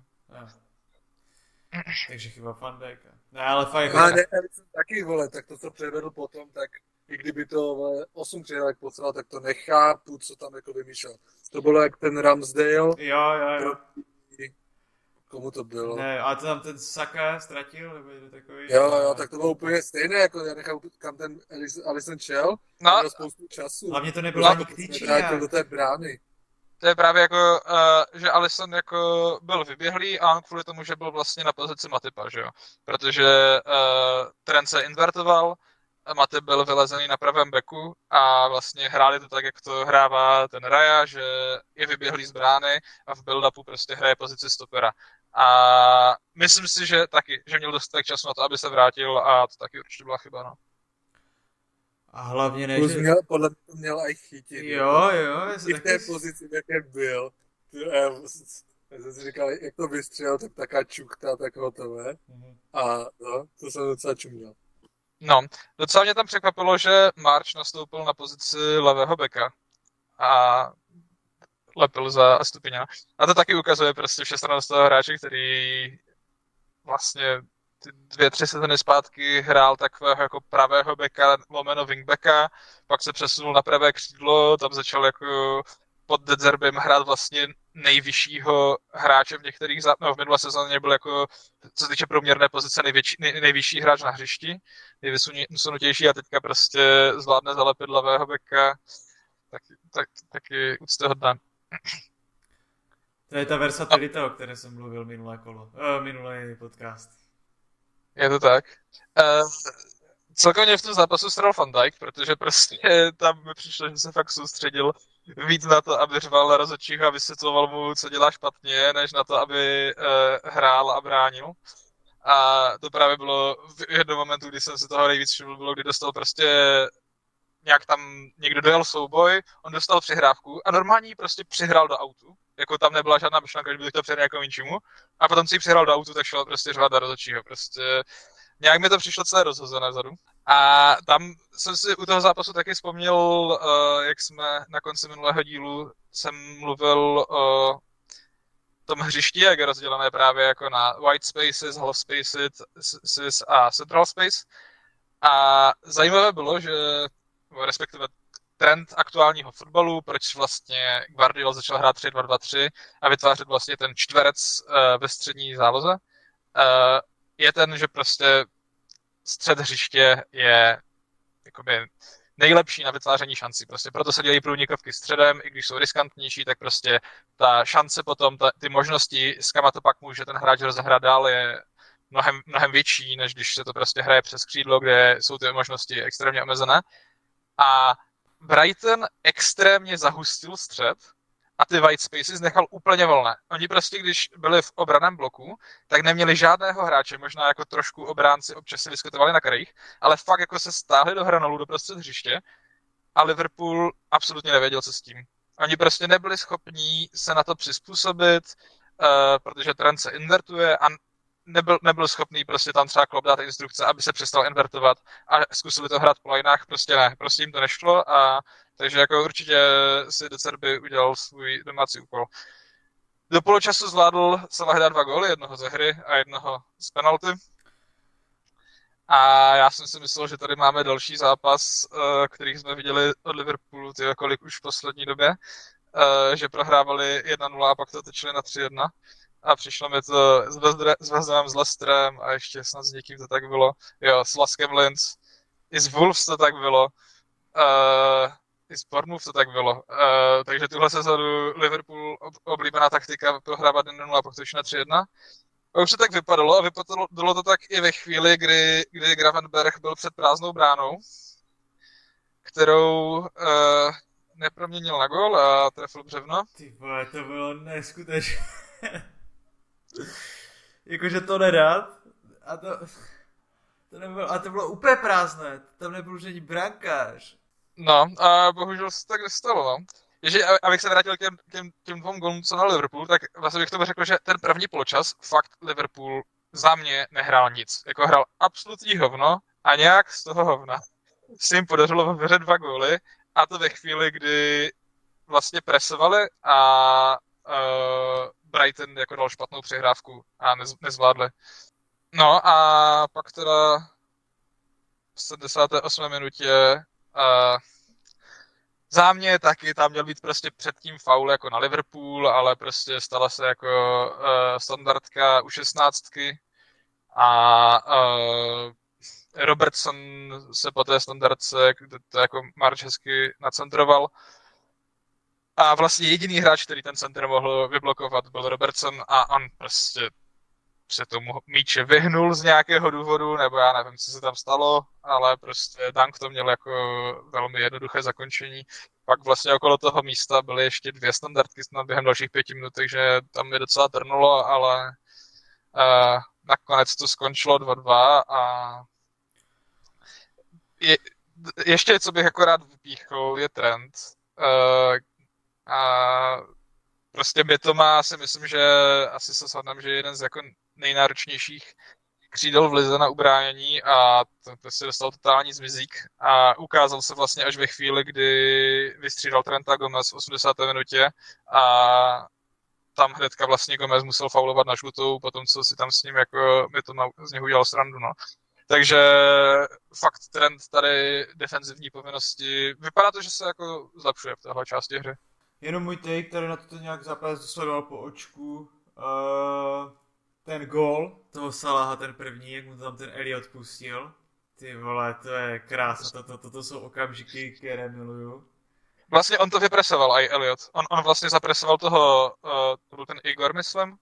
Takže chyba Van Dijka. Ne, ale fakt... Ne, taky, vole, tak to, co předvedl potom, tak i kdyby to 8 přihrávek poslal, tak to nechápu, co tam jako vymýšlel. To bylo jak ten Ramsdale. Jo. Komu to bylo? Ne, ale to tam ten Saka ztratil, nebo je to takový... Jo, tak to bylo úplně stejné, jako já nechápu, kam ten Alisson šel. No. Měl spoustu času. Hlavně to nebylo ani k tyči. Do té brány. To je právě jako, že Alisson jako byl vyběhlý a on kvůli tomu, že byl vlastně na pozici Matipa, že jo. Protože Trent se invertoval, Matip byl vylezený na pravém beku a vlastně hráli to tak, jak to hrává ten Raya, že je vyběhlý z brány a v build-upu prostě hraje pozici stopera. A myslím si, že taky, že měl dostatek času na to, aby se vrátil a to taky určitě byla chyba, no. A hlavně ne, že... Podle mě to měl aj chytit. Jo. I v té pozici, jak byl. Já jsem si říkal, jak to vystřelil, tak taká čukta, tak hotové. A no, to jsem docela čuměl. No, docela mě tam překvapilo, že March nastoupil na pozici levého beka a lepil za Stupina. A to taky ukazuje prostě všestrannost toho hráče, který vlastně 2-3 sezony zpátky hrál takového jako pravého beka, lomeno wingbacka, pak se přesunul na pravé křídlo, tam začal jako pod De Zerbem hrát vlastně nejvyššího hráče v některých v minulé sezóně byl jako, co se týče průměrné pozice, nejvyšší hráč na hřišti, nejvysunutější a teďka prostě zvládne zalepit levého beka, taky úctyhodná. To je ta versatilita, o které jsem mluvil minulý podcast. Je to tak. Celkově v tom zápasu stral Van Dijk, protože prostě tam mi přišlo, že se fakt soustředil víc na to, aby řval rozhodčího a vysvětloval mu, co dělá špatně, než na to, aby hrál a bránil. A to právě bylo v jednom momentu, kdy jsem se toho nejvíc všiml, bylo, kdy dostal prostě nějak tam někdo dojel souboj, on dostal přihrávku a normálně ji prostě přihrál do autu. Jako tam nebyla žádná myšlenka, že by to chtěl přihrát jako ničemu. A potom si ji přihrál do autu, tak šel prostě řvat na rozhodčího. Prostě nějak mi to přišlo celé rozhozené vzadu. A tam jsem si u toho zápasu taky vzpomněl, jak jsme na konci minulého dílu jsem mluvil o tom hřišti, jak je rozdělené právě jako na white spaces, half spaces a central space. A zajímavé bylo, že respektive trend aktuálního fotbalu, proč vlastně Guardiola začal hrát 3-2-2-3 a vytvářet vlastně ten čtverec ve střední záloze, je ten, že prostě střed hřiště je jakoby nejlepší na vytváření šancí. Prostě proto se dělají průnikovky středem, i když jsou riskantnější, tak prostě ta šance potom, ty možnosti, s kama to pak může ten hráč rozehrát dál, je mnohem větší, než když se to prostě hraje přes křídlo, kde jsou ty možnosti extrémně omezené. A Brighton extrémně zahustil střed a ty white spaces nechal úplně volné. Oni prostě, když byli v obraném bloku, tak neměli žádného hráče, možná jako trošku obránci občas se vyskytovali na krajích, ale fakt jako se stáhli do hranolu do prostřed hřiště a Liverpool absolutně nevěděl, co s tím. Oni prostě nebyli schopní se na to přizpůsobit, protože Trent se invertuje a nebyl schopný prostě tam třeba Klopp dát instrukce, aby se přestal invertovat a zkusili to hrát po lineách, prostě ne, prostě jim to nešlo a takže jako určitě si De Zerbi udělal svůj domácí úkol. Do poločasu zvládl Salah dát 2 góly, jednoho ze hry a jednoho z penalty. A já jsem si myslel, že tady máme další zápas, který jsme viděli od Liverpoolu, kolik už v poslední době, že prohrávali 1-0 a pak to točili na 3-1. A přišlo mi to s Westem, s Leicesterem a ještě snad s někým to tak bylo. Jo, s Laskem Linz. I s Wolves to tak bylo. I s Bournemouth to tak bylo. Takže tuhle sezónu Liverpool oblíbená taktika prohrávat 1-0 a pak točit na 3-1. A už to tak vypadalo a vypadalo to tak i ve chvíli, kdy Gravenberch byl před prázdnou bránou, kterou neproměnil na gól a trefil břevno. Ty vole, to bylo neskutečné. Jakože to nedat a to bylo úplně prázdné, tam nebyl už ani brankář. No a bohužel se tak nestalo, no. Ježi, abych se vrátil k těm 2 gólům, co na Liverpool, tak vlastně bych tomu řekl, že ten první poločas fakt Liverpool za mě nehrál nic. Jako hrál absolutní hovno a nějak z toho hovna se jim podařilo vyhřet 2 góly a to ve chvíli, kdy vlastně presovali a Brighton jako dal špatnou přihrávku a nezvládli. No a pak teda v 78. minutě za mě taky tam měl být prostě předtím faul jako na Liverpool, ale prostě stala se jako standardka u 16 a Robertson se po té standardce, to jako March hezky nacentroval. A vlastně jediný hráč, který ten center mohl vyblokovat, byl Robertson a on prostě se tomu míče vyhnul z nějakého důvodu, nebo já nevím, co se tam stalo, ale prostě Dunk to měl jako velmi jednoduché zakončení. Pak vlastně okolo toho místa byly ještě 2 standardky snad během dalších 5 minut, takže tam je docela trnulo, ale nakonec to skončilo 2-2 a ještě, co bych jako rád vypíchl, je trend. A prostě Mitoma si myslím, že asi se shodneme, že je jeden z jako nejnáročnějších křídel v lize na ubránění a to si dostal totální zmizík a ukázal se vlastně až ve chvíli, kdy vystřídal Trenta Gomez v 80. minutě a tam hnedka vlastně Gomez musel faulovat na žlutou, potom co si tam s ním jako Mitoma z něho udělal srandu, no. Takže fakt trend tady defenzivní povinnosti, vypadá to, že se jako zlepšuje v téhle části hry. Jenom můj take, který na to nějak zápas sledoval po očku, ten gól toho Salaha, ten první, jak mu tam ten Elliot pustil. Ty vole, to je krása, to jsou okamžiky, které miluju. Vlastně on to vypresoval, i Elliot. On vlastně zapresoval toho, to byl ten Igor, myslím,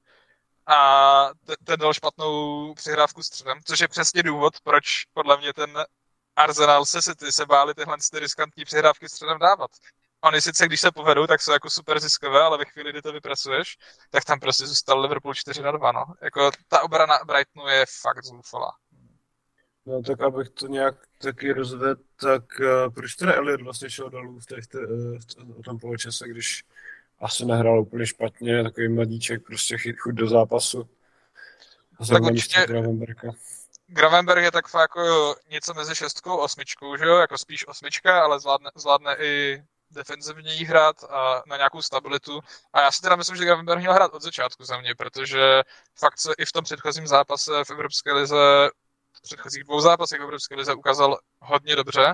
a ten dal špatnou přihrávku středem, což je přesně důvod, proč podle mě ten Arsenal se báli tyhle riskantní přihrávky středem dávat. Oni sice, když se povedou, tak jsou jako super ziskové, ale ve chvíli, kdy to vypracuješ, tak tam prostě zůstal Liverpool 4-2, no. Jako ta obrana Brightonu je fakt zoufalá. No tak abych to nějak taky rozvedl, tak proč teda Elliot vlastně šel dolů v tom poločase, když asi nehrál úplně špatně, takový mladíček, prostě chuť do zápasu. Tak určitě Gravenberch je taková jako něco mezi 6 a 8, že jo, jako spíš 8, ale zvládne i defenzivně jí hrát a na nějakou stabilitu. A já si teda myslím, že Gravenberch měl hrát od začátku za mě, protože fakt se i v tom předchozím zápase v Evropské lize, v předchozích 2 zápasech v Evropské lize ukázal hodně dobře.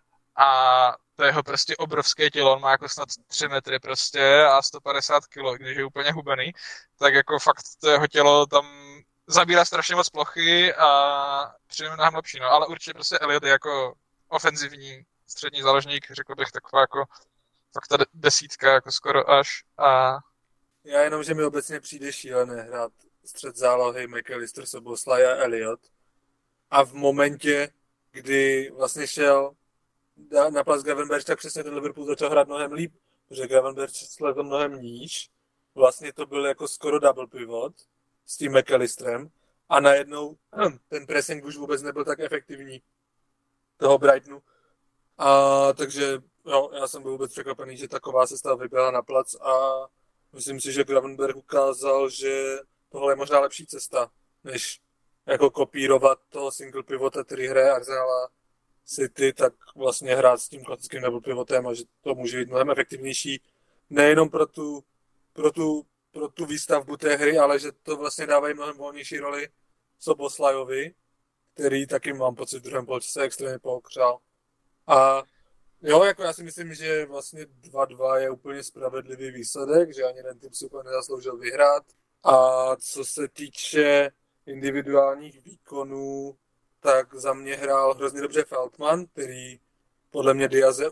A to jeho prostě obrovské tělo, on má jako snad 3 metry prostě a 150 kg, když je úplně hubený, tak jako fakt to jeho tělo tam zabírá strašně moc plochy a přijde mnohem lepší, no. Ale určitě prostě Elliot je jako ofenzivní střední záložník, řekl bych taková jako fakt ta 10 jako skoro až a... Já jenom, že mi obecně přijde šílené hrát střed zálohy McAllister, Szoboszlai a Elliot a v momentě, kdy vlastně šel na plac Gravenberch, tak přesně ten Liverpool začal hrát mnohem líp, protože Gravenberch slezl mnohem níž, vlastně to byl jako skoro double pivot s tím McAllisterem a najednou ten pressing už vůbec nebyl tak efektivní toho Brightonu. A takže jo, já jsem byl vůbec překvapený, že taková sestava vyběhla na plac a myslím si, že Gravenberch ukázal, že tohle je možná lepší cesta než jako kopírovat toho single pivota, který hraje Arsenal City, tak vlastně hrát s tím klasickým double pivotem a že to může být mnohem efektivnější nejenom pro tu výstavbu té hry, ale že to vlastně dávají mnohem volnější roli Soboslajovi, který taky mám pocit v druhém poločase extrémně pookřál. A jo, jako já si myslím, že vlastně 2-2 je úplně spravedlivý výsledek, že ani ten tým si úplně nezasloužil vyhrát. A co se týče individuálních výkonů, tak za mě hrál hrozně dobře Feldman, který podle mě Diaze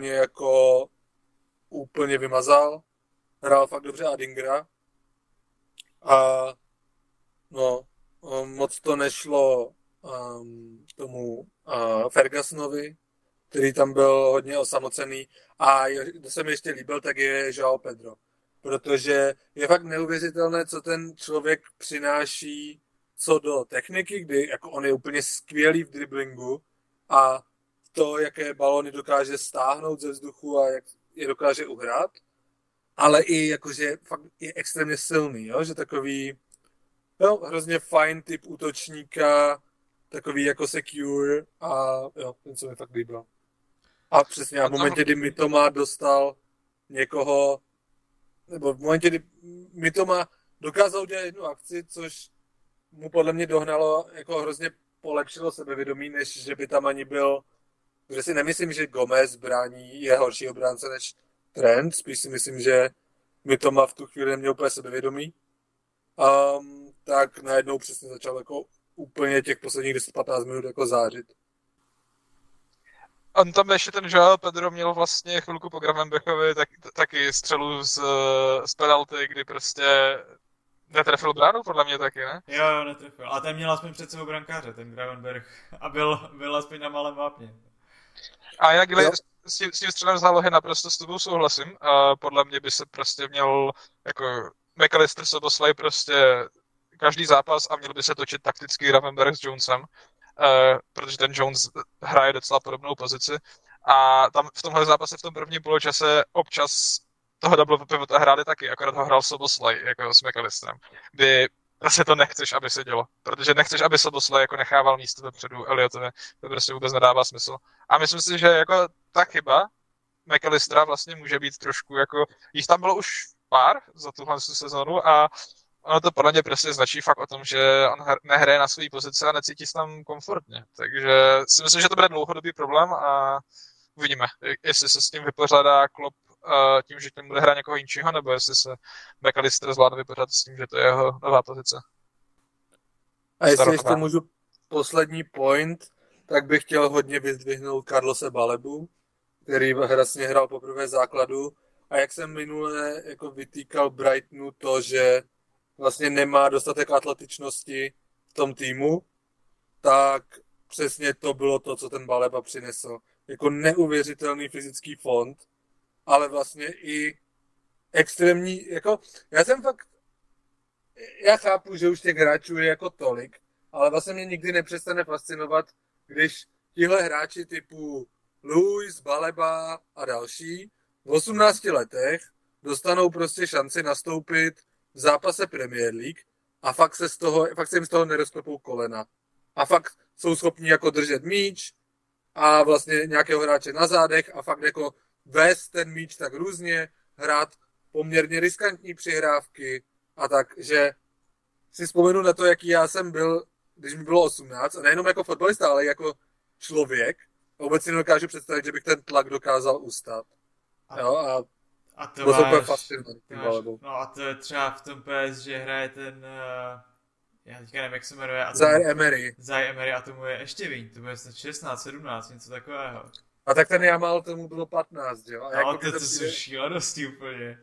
úplně vymazal. Hrál fakt dobře Adingra. A no, moc to nešlo tomu Fergusonovi, který tam byl hodně osamocený. A kdo se mi ještě líbil, tak je João Pedro. Protože je fakt neuvěřitelné, co ten člověk přináší co do techniky, kdy jako on je úplně skvělý v driblingu a to, jaké balony dokáže stáhnout ze vzduchu a jak je dokáže uhrát, ale i jakože fakt je extrémně silný, jo? Že takový hrozně fajn typ útočníka, takový jako secure a jo, ten se mi fakt líbil. A přesně a v momentě, kdy Mitoma dostal někoho, nebo v momentě, kdy Mitoma dokázal udělat jednu akci, což mu podle mě dohnalo, jako hrozně polepšilo sebevědomí, než že by tam ani byl, protože si nemyslím, že Gomez brání je horší obránce než Trent, spíš si myslím, že Mitoma v tu chvíli neměl úplně sebevědomí. Tak najednou přesně začal jako úplně těch posledních 10-15 minut jako zářit. On tam ještě ten João Pedro měl vlastně chvilku po Gravenberchovi taky střelu z penalty, kdy prostě netrefil bránu, podle mě taky, ne? Jo, netrefil. A ten měl aspoň před sebou brankáře, ten Gravenberch. A byl aspoň na malém vápně. A jinak, s tím střelem zálohy naprosto s tebou souhlasím. Podle mě by se prostě měl jako McAllister, Soboslaj prostě každý zápas a měl by se točit takticky Gravenberch s Jonesem. Protože ten Jones hraje docela podobnou pozici. A tam v tomhle zápase v tom prvním poločase občas toho double pivota hráli taky, akorát ho hrál Soboslaj jako s McAllisterem. Kdy zase to nechceš, aby se dělo. Protože nechceš, aby Soboslaj jako nechával místo vepředu Elliotovi. To prostě vůbec nedává smysl. A myslím si, že jako ta chyba McAllistera vlastně může být trošku jako... Jich tam bylo už pár za tuhle sezonu a ono to podle mě prostě značí fakt o tom, že on nehraje na své pozici a necítí se tam komfortně. Takže si myslím, že to bude dlouhodobý problém a uvidíme, jestli se s tím vypořádá Klopp tím, že tím bude hrát někoho jiného, nebo jestli se McAllister zvládne vypořádat s tím, že to je jeho nová pozice. A jestli ještě můžu poslední point, tak bych chtěl hodně vyzdvihnout Carlose Balebu, který vlastně hrál poprvé základu a jak jsem minule jako vytýkal Brightonu to, že vlastně nemá dostatek atletičnosti v tom týmu, tak přesně to bylo to, co ten Baleba přinesl. Jako neuvěřitelný fyzický fond, ale vlastně i extrémní, jako já chápu, že už těch hráčů je jako tolik, ale vlastně mě nikdy nepřestane fascinovat, když tihle hráči typu Luis, Baleba a další v 18 letech dostanou prostě šanci nastoupit v zápase Premier League a fakt se jim z toho nerozklepou kolena. A fakt jsou schopni jako držet míč a vlastně nějakého hráče na zádech a fakt jako vést ten míč tak různě, hrát poměrně riskantní přihrávky a tak, že si vzpomenu na to, jaký já jsem byl, když mi bylo 18 a nejenom jako fotbalista, ale jako člověk. Vůbec si nedokážu představit, že bych ten tlak dokázal ustát. A to bylo máš, fascinovaný. No a to je třeba v tom PSG hraje ten, já teďka nevím, jak se jmenuje. Zaire Emery. Zaire Emery a tomu je ještě víc, to bude snad 16, 17, něco takového. A tak ten Jamal tomu bylo 15, jo? A jako to jsou šílenosti úplně.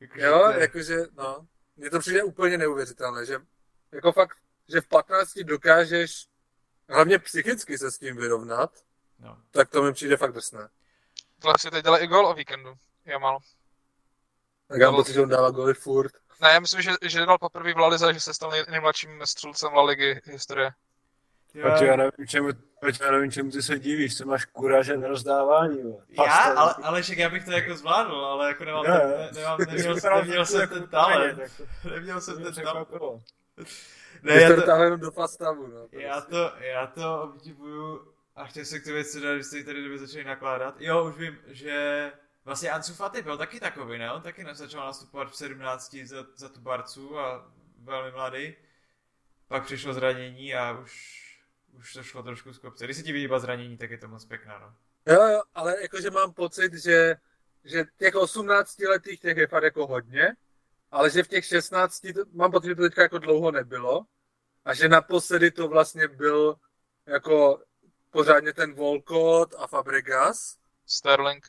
Mně to přijde úplně neuvěřitelné, že jako fakt, že v 15 dokážeš hlavně psychicky se s tím vyrovnat, tak to mi přijde fakt drsné. Vlastně teď dala i gól o víkendu, Jamal. Tak já mám pocit, že on dává góly furt. Ne, já myslím, že dal poprvé v La Lize, že se stal nejmladším střelcem La Ligy historie. Já nevím, čemu ty se divíš, co máš kuráže na rozdávání. Ale však já bych to jako zvládl, ale jako neměl jsem ten talent. Neměl jsem ten talent. Jste dotáhli jenom do fastavu, no. Já to obdivuju a chtěl se k tomu věci dát, když jste tady době začali nakládat. Jo, už vím, že vlastně Ansu Fati byl taky takový, ne? On taky začal nastupovat v 17 za tu Barcu a velmi mladý. Pak přišlo zranění a už to šlo trošku z kopce. Když se ti vyhýbá zranění, tak je to moc pěkná, no. Jo, ale jakože mám pocit, že těch 18 letých těch je fakt jako hodně, ale že v těch 16 mám pocit, že to teďka jako dlouho nebylo a že naposledy to vlastně byl jako pořádně ten Walcott a Fabregas. Sterling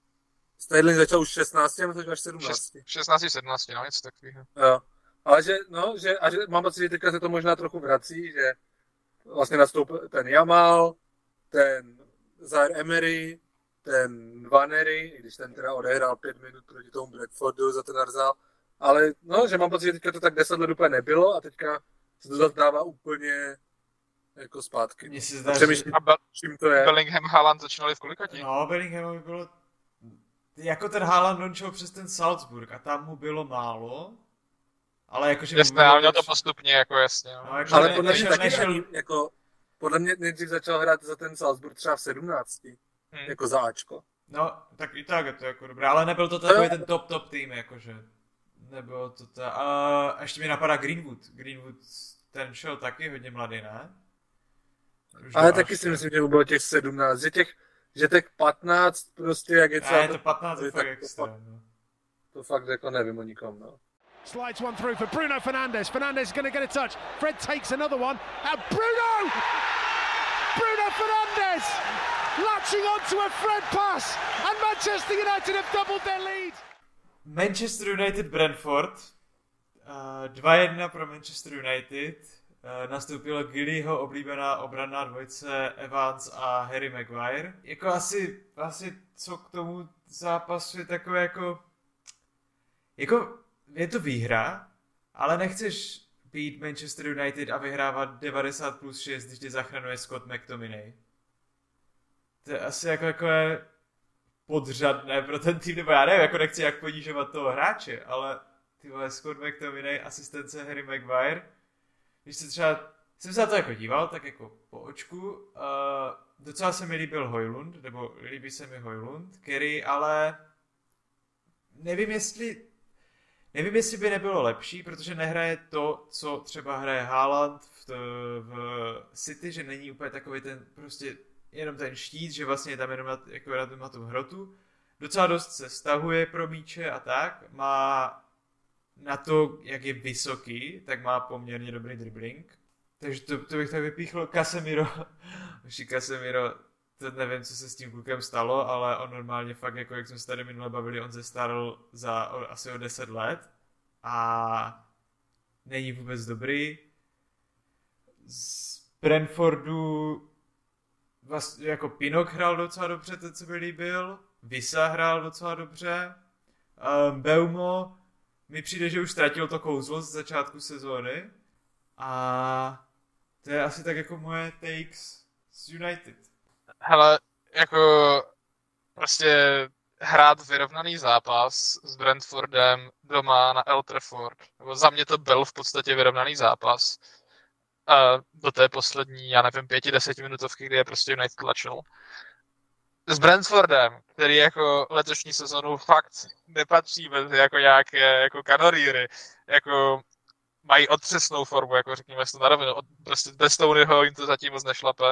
začal už 16, a až 17. 16-17, no, něco takového. Jo. Ale že mám pocit, že teďka se to možná trochu vrací, že vlastně nastoupil ten Jamal, ten Zaire Emery, ten Vanery, i když ten teda odehrál 5 minut proti tomu Bradfordu za ten Arzal, ale no, že mám pocit, že teďka to tak 10 let úplně nebylo a teďka se to zase dává úplně jako zpátky. Mně se zdá, čím to je. Bellingham, Haaland začínali v kolikatí? No, Bellingham by bylo... Jako ten Haaland dončil přes ten Salzburg a tam mu bylo málo, ale jakože... Jasně, ale měl to postupně, jako jasně. No, jako ale podle mě taky jako... Podle mě nejdřív začal hrát za ten Salzburg třeba v 17. Jako za Ačko. No, tak i tak je to jako dobré, ale nebyl to takový ten top tým, jakože. Nebylo to ta... A ještě mi napadá Greenwood. Greenwood, ten šel taky hodně mladý, ne? Ale taky si myslím, že bylo těch 17, že těch 15 prostě, jak je celá... Ne, to 15 je fakt extra, no. To fakt jako nevím o nikom, no. Slides one through for Bruno Fernandes. Fernandes is going to get a touch. Fred takes another one. And Bruno Fernandes latching onto a Fred pass. And Manchester United have doubled their lead. Manchester United Brentford. 2-1 pro Manchester United. Nastoupila Gillyho oblíbená obranná dvojice Evans a Harry Maguire. Jako asi co k tomu zápasu je takové jako je to výhra, ale nechceš být Manchester United a vyhrávat 90+6, když tě zachraňuje Scott McTominay. To je asi jako je podřadné pro ten tým, nebo já nevím, jako nechci jak ponížovat toho hráče, ale ty vole, Scott McTominay, asistence Harry Maguire. Když se třeba, jsem se na to jako díval, tak jako po očku, docela se mi líbil Højlund, nebo líbí se mi Højlund, Kerry, ale nevím, jestli by nebylo lepší, protože nehraje to, co třeba hraje Haaland v City, že není úplně takový ten prostě jenom ten štít, že vlastně je tam jenom na tom hrotu. Docela dost se stahuje pro míče a tak. Má na to, jak je vysoký, tak má poměrně dobrý dribbling. Takže to bych tak vypíchl. Casemiro, to nevím, co se s tím klukem stalo, ale on normálně fakt, jako jak jsme se tady minule bavili, on zestarl asi o 10 let a není vůbec dobrý. Z Brentfordu vlastně jako Pinnock hrál docela dobře, ten co mi líbil, Visa hrál docela dobře, Beumo mi přijde, že už ztratil to kouzlo z začátku sezóny a to je asi tak jako moje takes z United. Hele, jako prostě hrát vyrovnaný zápas s Brentfordem doma na Old Trafford. Nebo za mě to byl v podstatě vyrovnaný zápas. Do té poslední, já nevím, 5-10 minutovky, kdy je prostě United tlačil. S Brentfordem, který jako letošní sezonu fakt nepatří mezi jako nějaké jako kanoríry, jako mají otřesnou formu, jako řekněme si to na rovinu. Prostě bez Tonyho jim to zatím moc nešlape.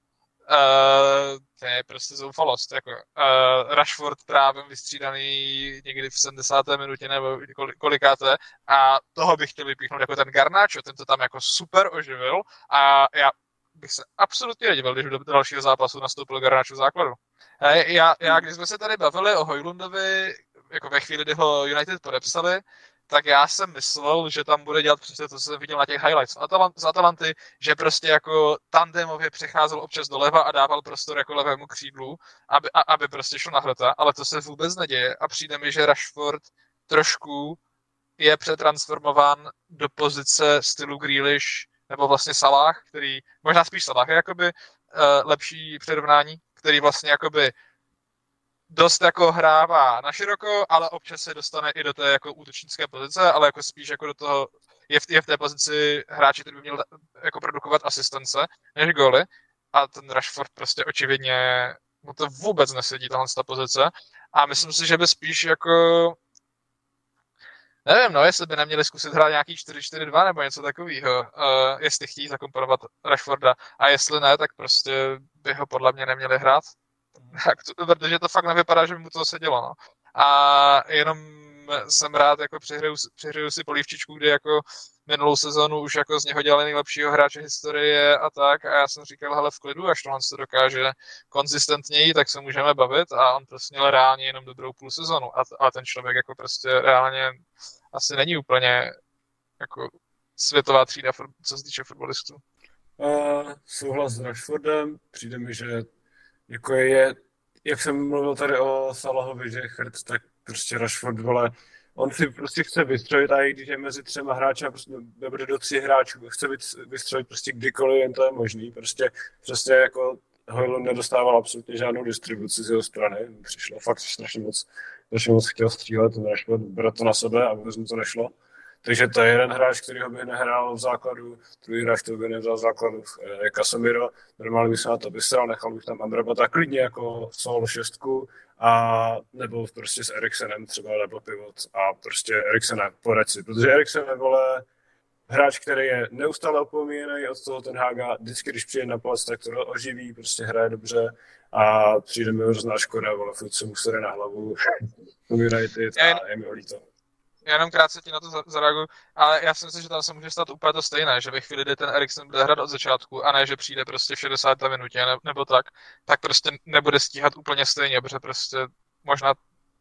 To je prostě zoufalost. Jako, Rashford právě vystřídaný někdy v 70. minutě nebo kolikáté a toho bych chtěl vypíchnout jako ten Garnacho, ten to tam jako super oživil a já bych se absolutně nedivil, když do dalšího zápasu nastoupil Garnacho v základu. Když jsme se tady bavili o Højlundovi, jako ve chvíli, kdy ho United podepsali, tak já jsem myslel, že tam bude dělat přesně to, co jsem viděl na těch highlights z Atalanty, že prostě jako tandemově přecházel občas doleva a dával prostor jako levému křídlu, aby prostě šel na hrota, ale to se vůbec neděje a přijde mi, že Rashford trošku je přetransformován do pozice stylu Grealish nebo vlastně Salah, který, možná spíš Salah je jakoby lepší přirovnání, který vlastně jakoby dost jako hrává na široko, ale občas se dostane i do té jako útočnické pozice, ale jako spíš jako do toho, je v té pozici hráči, který by měl jako produkovat asistence než góly a ten Rashford prostě očividně mu to vůbec nesedí tahle pozice a myslím si, že by spíš jako nevím, no, jestli by neměli zkusit hrát nějaký 4-4-2 nebo něco takového, jestli chtějí zakomponovat Rashforda a jestli ne, tak prostě by ho podle mě neměli hrát. Protože to fakt nevypadá, že by mu to sedělo, no. A jenom jsem rád, jako přihřeju si polívčičku, kdy jako minulou sezonu už jako z něho dělali nejlepšího hráče historie a tak a já jsem říkal, hele v klidu, až tohle se dokáže konzistentněji, tak se můžeme bavit a on prostě měl reálně jenom dobrou půl sezonu a ten člověk jako prostě reálně asi není úplně jako světová třída, co se týče fotbalistů. Souhlas s Rashfordem, přijde mi, že jako je, jak jsem mluvil tady o Salahovi, že je chrt, tak prostě Rashford, vole, on si prostě chce vystřelit a i když je mezi 3 hráči a prostě nebude do 3 hráčů, chce vystřelit prostě kdykoliv, jen to je možný, prostě přesně jako Højlund nedostával absolutně žádnou distribuci z jeho strany, přišlo fakt strašně moc chtěl střílet, ten Rashford bere to na sebe a vůbec mu to nešlo. Takže to je jeden hráč, který ho by nehrál v základu, druhý hráč, který by nevzal v základu je Casemiro. Normálně bych se na to vysral, nechal bych tam Amrabata klidně jako sol 6 a nebo prostě s Eriksenem třeba nebo pivot a prostě Eriksena poradit si, protože Eriksen je, vole, hráč, který je neustále opomíjený od toho ten Haga, vždycky, když přijde na plac, tak to oživí, prostě hraje dobře a přijde mi hrozná škoda, vole, furt se mu sere na hlavu, United a je mi ho líto. Já jenom krátce ti na to zareaguju, ale já si myslím, že tam se může stát úplně to stejné, že ve chvíli, kdy ten Eriksen bude hrát od začátku a ne, že přijde prostě v 60. minutě nebo tak prostě nebude stíhat úplně stejně, protože prostě možná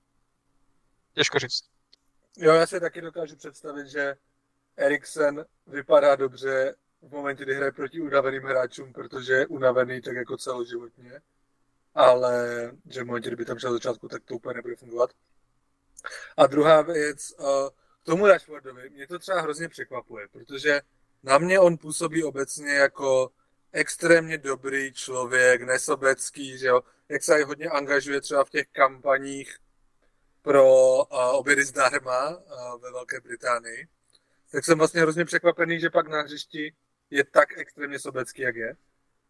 těžko říct. Jo, já si taky dokážu představit, že Eriksen vypadá dobře v momentě, kdy hraje proti unaveným hráčům, protože je unavený tak jako celoživotně, ale že v momentě, kdyby tam šel začátku, tak to úplně nebude fungovat. A druhá věc, k tomu Rashfordovi, mě to třeba hrozně překvapuje, protože na mě on působí obecně jako extrémně dobrý člověk, nesobecký, že jo, jak se hodně angažuje třeba v těch kampaních pro obědy zdarma ve Velké Británii. Tak jsem vlastně hrozně překvapený, že pak na hřišti je tak extrémně sobecký, jak je.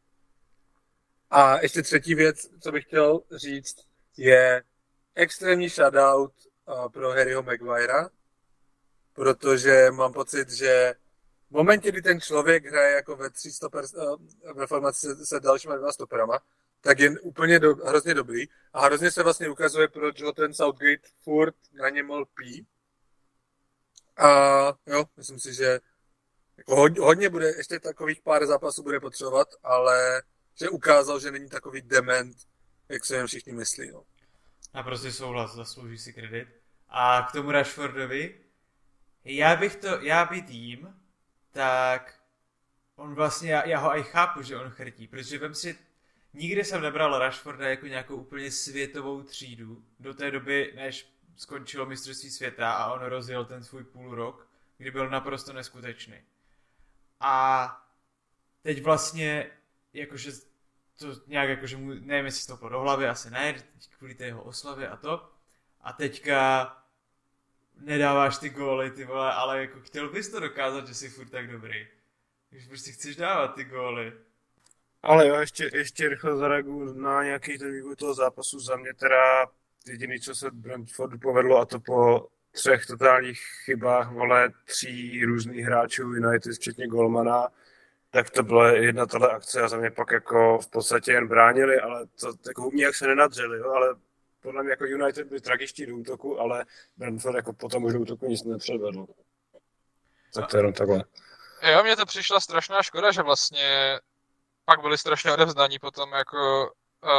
A ještě třetí věc, co bych chtěl říct, je extrémní shoutout pro Harryho Maguirea, protože mám pocit, že v momentě, kdy ten člověk hraje jako ve formaci se dalšíma 2 stoperama, tak je úplně hrozně dobrý a hrozně se vlastně ukazuje, proč ho ten Southgate furt na něm lpí. A jo, myslím si, že jako hodně bude, ještě takových pár zápasů bude potřebovat, ale že ukázal, že není takový dement, jak se jen všichni myslí. No. Naprosto souhlas, zaslouží si kredit. A k tomu Rashfordovi, já být jím, tak on vlastně, já ho aj chápu, že on chrtí, protože vem si, nikdy jsem nebral Rashforda jako nějakou úplně světovou třídu, do té doby, než skončilo mistrovství světa a on rozjel ten svůj půl rok, kdy byl naprosto neskutečný. A teď vlastně, jakože to nějak jakože mu, nevím, jestli stouplo do hlavy, asi ne, kvůli té jeho oslavě a to. A teďka nedáváš ty góly, ty vole, ale jako chtěl bys to dokázat, že jsi furt tak dobrý. Když prostě chceš dávat ty góly. Ale jo, ještě rychle zareaguju na nějaký ten vývoj toho zápasu. Za mě teda jediný, co se Brentfordu povedlo, a to po 3 totálních chybách, vole, 3 různých hráčů United, včetně golmana, tak to byla jedna tahle akce a za mě pak jako v podstatě jen bránili, ale to jako jak se nenadřeli, jo, ale podle mě jako United byli tragičtí do útoku, ale Brentford jako potom už do útoku nic nepředvedl. Tak to je jenom takhle. Jo, mně to přišla strašná škoda, že vlastně pak byli strašně odevzdaní potom jako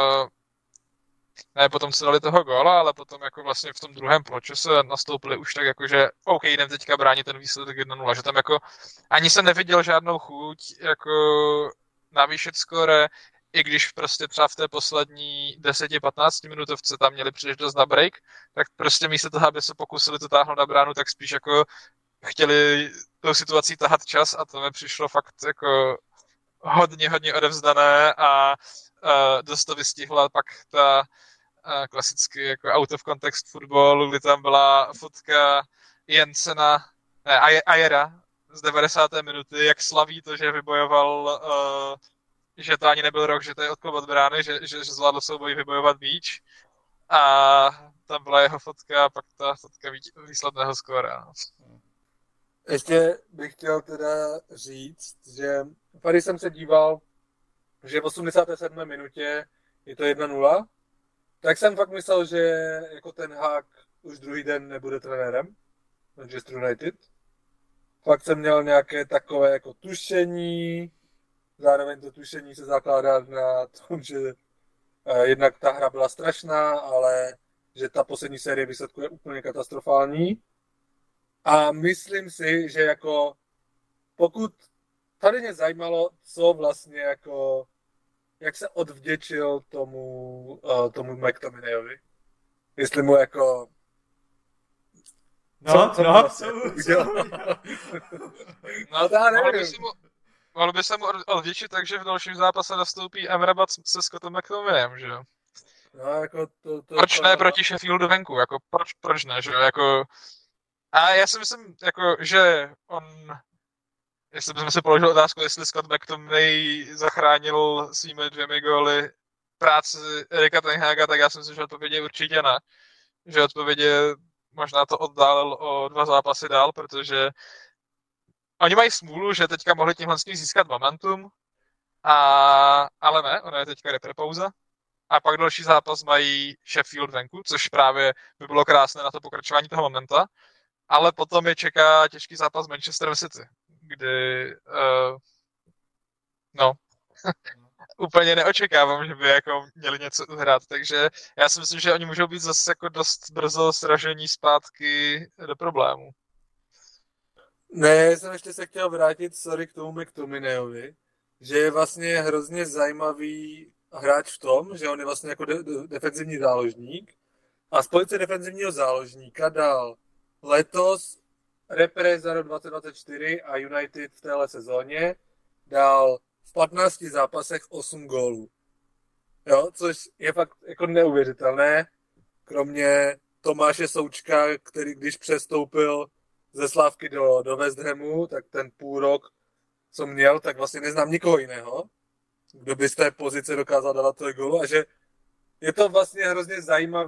ne potom, co dali toho góla, ale potom jako vlastně v tom druhém poločase nastoupili už tak jako, že OK, jdem teďka bránit ten výsledek 1-0, že tam jako ani jsem neviděl žádnou chuť jako navýšit skóre, i když prostě třeba v té poslední 10-15 minutovce tam měli příležitost na break, tak prostě místo toho, aby se pokusili to táhnout na bránu, tak spíš jako chtěli tou situací tahat čas a to mi přišlo fakt jako hodně odevzdané a dost to vystihla pak ta klasicky jako out of context football, kdy tam byla fotka Jensena, Ayera, z 90. minuty, jak slaví to, že vybojoval, že to ani nebyl rok, že to je odklop od brány, že zvládl souboj vybojovat míč. A tam byla jeho fotka a pak ta fotka výsledného skóra. Ještě bych chtěl teda říct, že tady jsem se díval, že v 87. minutě je to 1-0, tak jsem fakt myslel, že jako ten Hák už druhý den nebude trenérem Manchester United. Fakt jsem měl nějaké takové jako tušení, zároveň to tušení se zakládá na tom, že jednak ta hra byla strašná, ale že ta poslední série výsledků je úplně katastrofální. A myslím si, že jako pokud tady mě zajímalo, co vlastně jako, jak se odvděčil tomu McTominayovi. Jestli mu jako... Mohl by se mu odvděčit, takže v dalším zápase nastoupí Amrabat se Scottem McTominayem, že jo? No, jako proč ne proti Sheffieldu venku, jako proč ne, že jo, jako... A já si myslím, jako, že on... Jestli bychom si položili otázku, jestli Scott McTominay zachránil svými 2 góly práci Erika ten Haga, tak já si myslím, že odpověď je určitě ne. Že odpověď je, možná to oddálil o 2 zápasy dál, protože oni mají smůlu, že teďka mohli tímhle získat momentum, ale ne, ono je teďka reprepauza. A pak další zápas mají Sheffield venku, což právě by bylo krásné na to pokračování toho momenta. Ale potom je čeká těžký zápas Manchester City, kdy úplně neočekávám, že by jako měli něco uhrát, takže já si myslím, že oni můžou být zase jako dost brzo sražení zpátky do problému. Ne, jsem ještě se chtěl vrátit, k tomu McTominayovi, že je vlastně hrozně zajímavý hráč v tom, že on je vlastně jako defenzivní záložník a z pozice defenzivního záložníka dal letos repre za rok 2024 a United v téhle sezóně dal v 15 zápasech 8 gólů. Jo, což je fakt jako neuvěřitelné. Kromě Tomáše Součka, který když přestoupil ze Slávky do West Hamu, tak ten půl rok, co měl, tak vlastně neznám nikoho jiného, kdo by z té pozice dokázal dávat tolik gólů. A že je to vlastně hrozně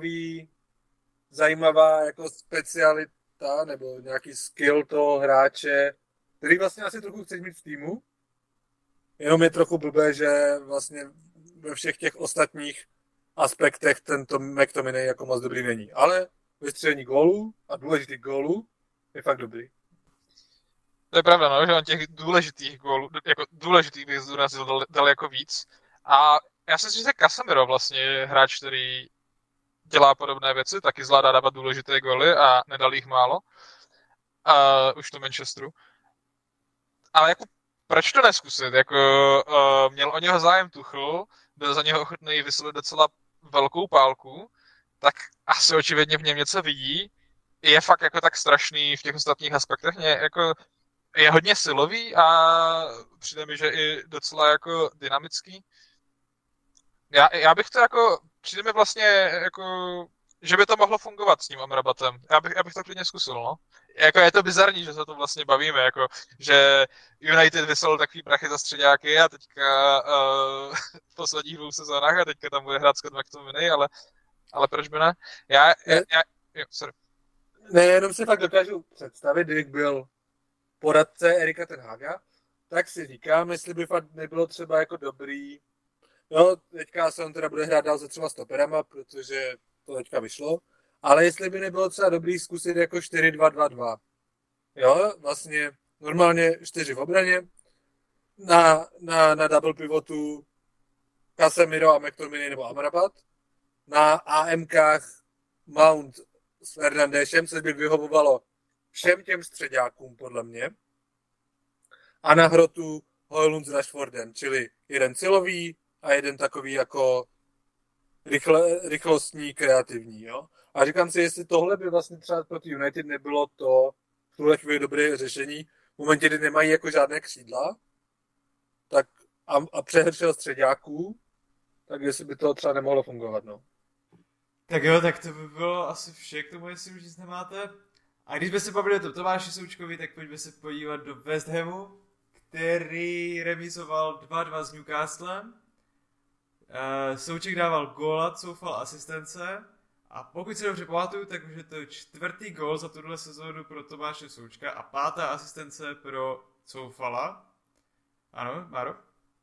zajímavá jako specialita nebo nějaký skill toho hráče, který vlastně asi trochu chceš mít v týmu. Jenom je trochu blbé, že vlastně ve všech těch ostatních aspektech tento McTominay jako moc dobrý není. Ale vystřelení gólů a důležitých gólů je fakt dobrý. To je pravda, no, že on těch důležitých gólů, jako důležitých bych zdůraznil, dal jako víc. A já si myslím, že Casemiro vlastně je hráč, který dělá podobné věci, taky zvládá dávat důležité góly a nedal jich málo. Už to Manchesteru. Ale jako proč to neskusit? Jako, měl o něho zájem Tuchel, byl za něho ochotný vyslovit docela velkou pálku, tak asi očividně v něm něco vidí. Je fakt jako tak strašný v těch ostatních aspektech. Je hodně silový a přijde mi, že i docela jako dynamický. Já bych to jako, přijde mi vlastně jako, že by to mohlo fungovat s tím Amrabatem. Já bych to klidně zkusil, no. Jako je to bizarní, že se to vlastně bavíme, jako, že United vyslal takový prachy za středáky a teďka v posledních 2 sezónách a teďka tam bude hrát Scott McTominay, ale proč by ne? Sorry. Ne, jenom si fakt dokážu představit, kdybych byl poradce Erika ten Haga, tak si říkám, jestli by fakt nebylo třeba jako dobrý. No, teďka se on teda bude hrát dál se třeba stoperama, protože to teďka vyšlo. Ale jestli by nebylo třeba dobrý zkusit jako 4-2-2-2. Jo, vlastně normálně 4 v obraně. Na double pivotu Casemiro a McTominay nebo Amrabat. Na AMkách Mount s Fernandešem, což by vyhovovalo všem těm středákům, podle mě. A na hrotu Højlund s Rashfordem, čili jeden silový a jeden takový jako rychlostní, kreativní, jo. A říkám si, jestli tohle by vlastně třeba proti United nebylo to v tuhle chvíli dobré řešení, v momentě, kdy nemají jako žádné křídla, tak a přehršel středáků, tak jestli by to třeba nemohlo fungovat, no. Tak jo, tak to by bylo asi vše k tomu, jestli už nic nemáte. A když jsme se bavili o tom Tomáši Součkovi, tak pojďme se podívat do West Hamu, který remizoval 2-2 s Newcastlem. Souček dával góla, Coufal asistence. A pokud se dobře pamatuju, tak už je to 4. gól za tuhle sezónu pro Tomáše Součka a 5. asistence pro Coufala. Ano, Máro?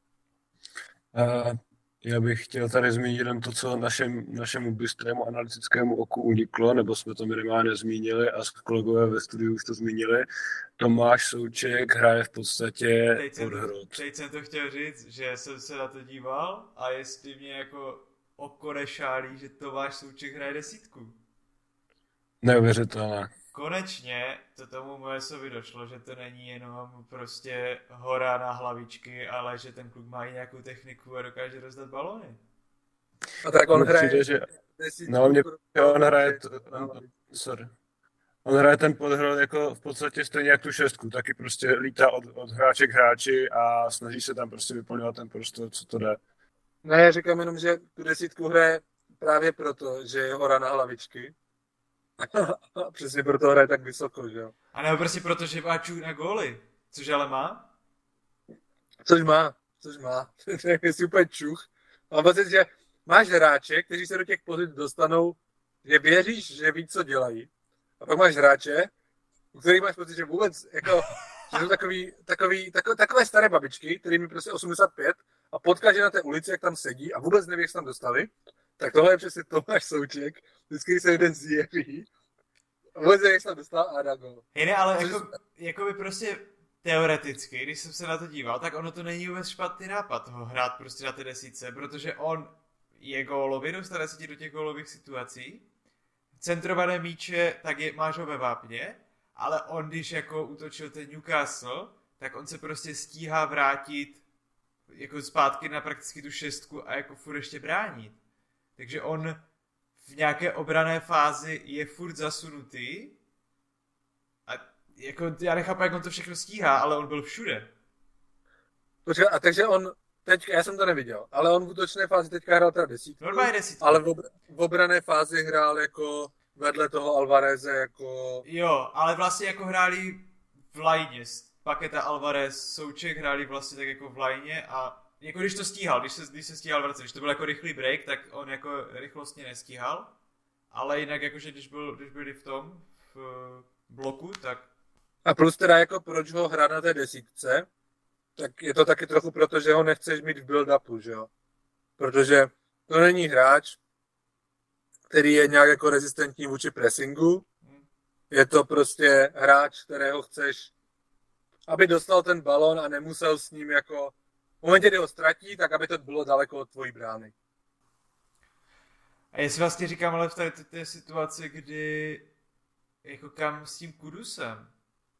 Já bych chtěl tady zmínit jenom to, co našemu bystrému analytickému oku uniklo, nebo jsme to minimálně zmínili a kolegové ve studiu už to zmínili. Tomáš Souček hraje v podstatě pod hrot. Teď jsem to chtěl říct, že jsem se na to díval a jestli mě jako oko nešálí, že Tomáš Souček hraje 10. Neuvěřitelné. Konečně to tomu Moesovi došlo, že to není jenom prostě hora na hlavičky, ale že ten kluk má i nějakou techniku a dokáže rozdat balony. A tak on hraje... Přijde, že... No, on hraje... Sorry. On hraje ten podhrot jako v podstatě stejně jak tu 6, taky prostě lítá od hráče k hráči a snaží se tam prostě vyplňovat ten prostor, co to jde. Ne, já říkám jenom, že tu 10 hraje právě proto, že je hora na hlavičky. Přesně proto hraje tak vysoko, že jo. A nebo prostě proto, že má čuk na góly, což ale má? Což má. Je super čuch. Mám pocit, že máš hráče, kteří se do těch pozic dostanou, že věříš, že ví, co dělají. A pak máš hráče, u kterých máš pocit, že vůbec, jako, že jsou takové staré babičky, kterým je prostě 85 a potkáš je na té ulici, jak tam sedí a vůbec neví, jak se tam dostali. Tak tohle je přesně Tomáš Souček, vždycky, když se jeden zjeví, vůbec neví, jak se tam dostal a dá gol. Ne, ale jako by prostě teoreticky, když jsem se na to díval, tak ono to není vůbec špatný nápad toho hrát prostě na té 10, protože on je gólový, dostane se ti do těch gólových situací, centrované míče, tak máš ho ve vápně, ale on, když jako útočil ten Newcastle, tak on se prostě stíhá vrátit jako zpátky na prakticky tu 6 a jako furt ještě bránit. Takže on v nějaké obrané fázi je furt zasunutý a jako já nechápu, jak on to všechno stíhá, ale on byl všude. Počkej, a takže on teďka, já jsem to neviděl, ale on v útočné fázi teďka hrál teda 10. Normálně 10. Ale v obrané fázi hrál jako vedle toho Alvareze jako... Jo, ale vlastně jako hráli v lajně. Paketa Alvarez, Souček hráli vlastně tak jako v lajně a jako když to stíhal, když se stíhal vracet, když to byl jako rychlý break, tak on jako rychlostně nestíhal, ale jinak jakože když byli v bloku, tak... A plus teda jako proč ho hrát na té 10, tak je to taky trochu proto, že ho nechceš mít v build-upu, že jo? Protože to není hráč, který je nějak jako rezistentní vůči pressingu, je to prostě hráč, kterého chceš, aby dostal ten balon a nemusel s ním jako v momentě, kdy ho ztratí, tak aby to bylo daleko od tvojí brány. A jestli vlastně říkám, ale v té situaci, kdy jako kam s tím Kudusem?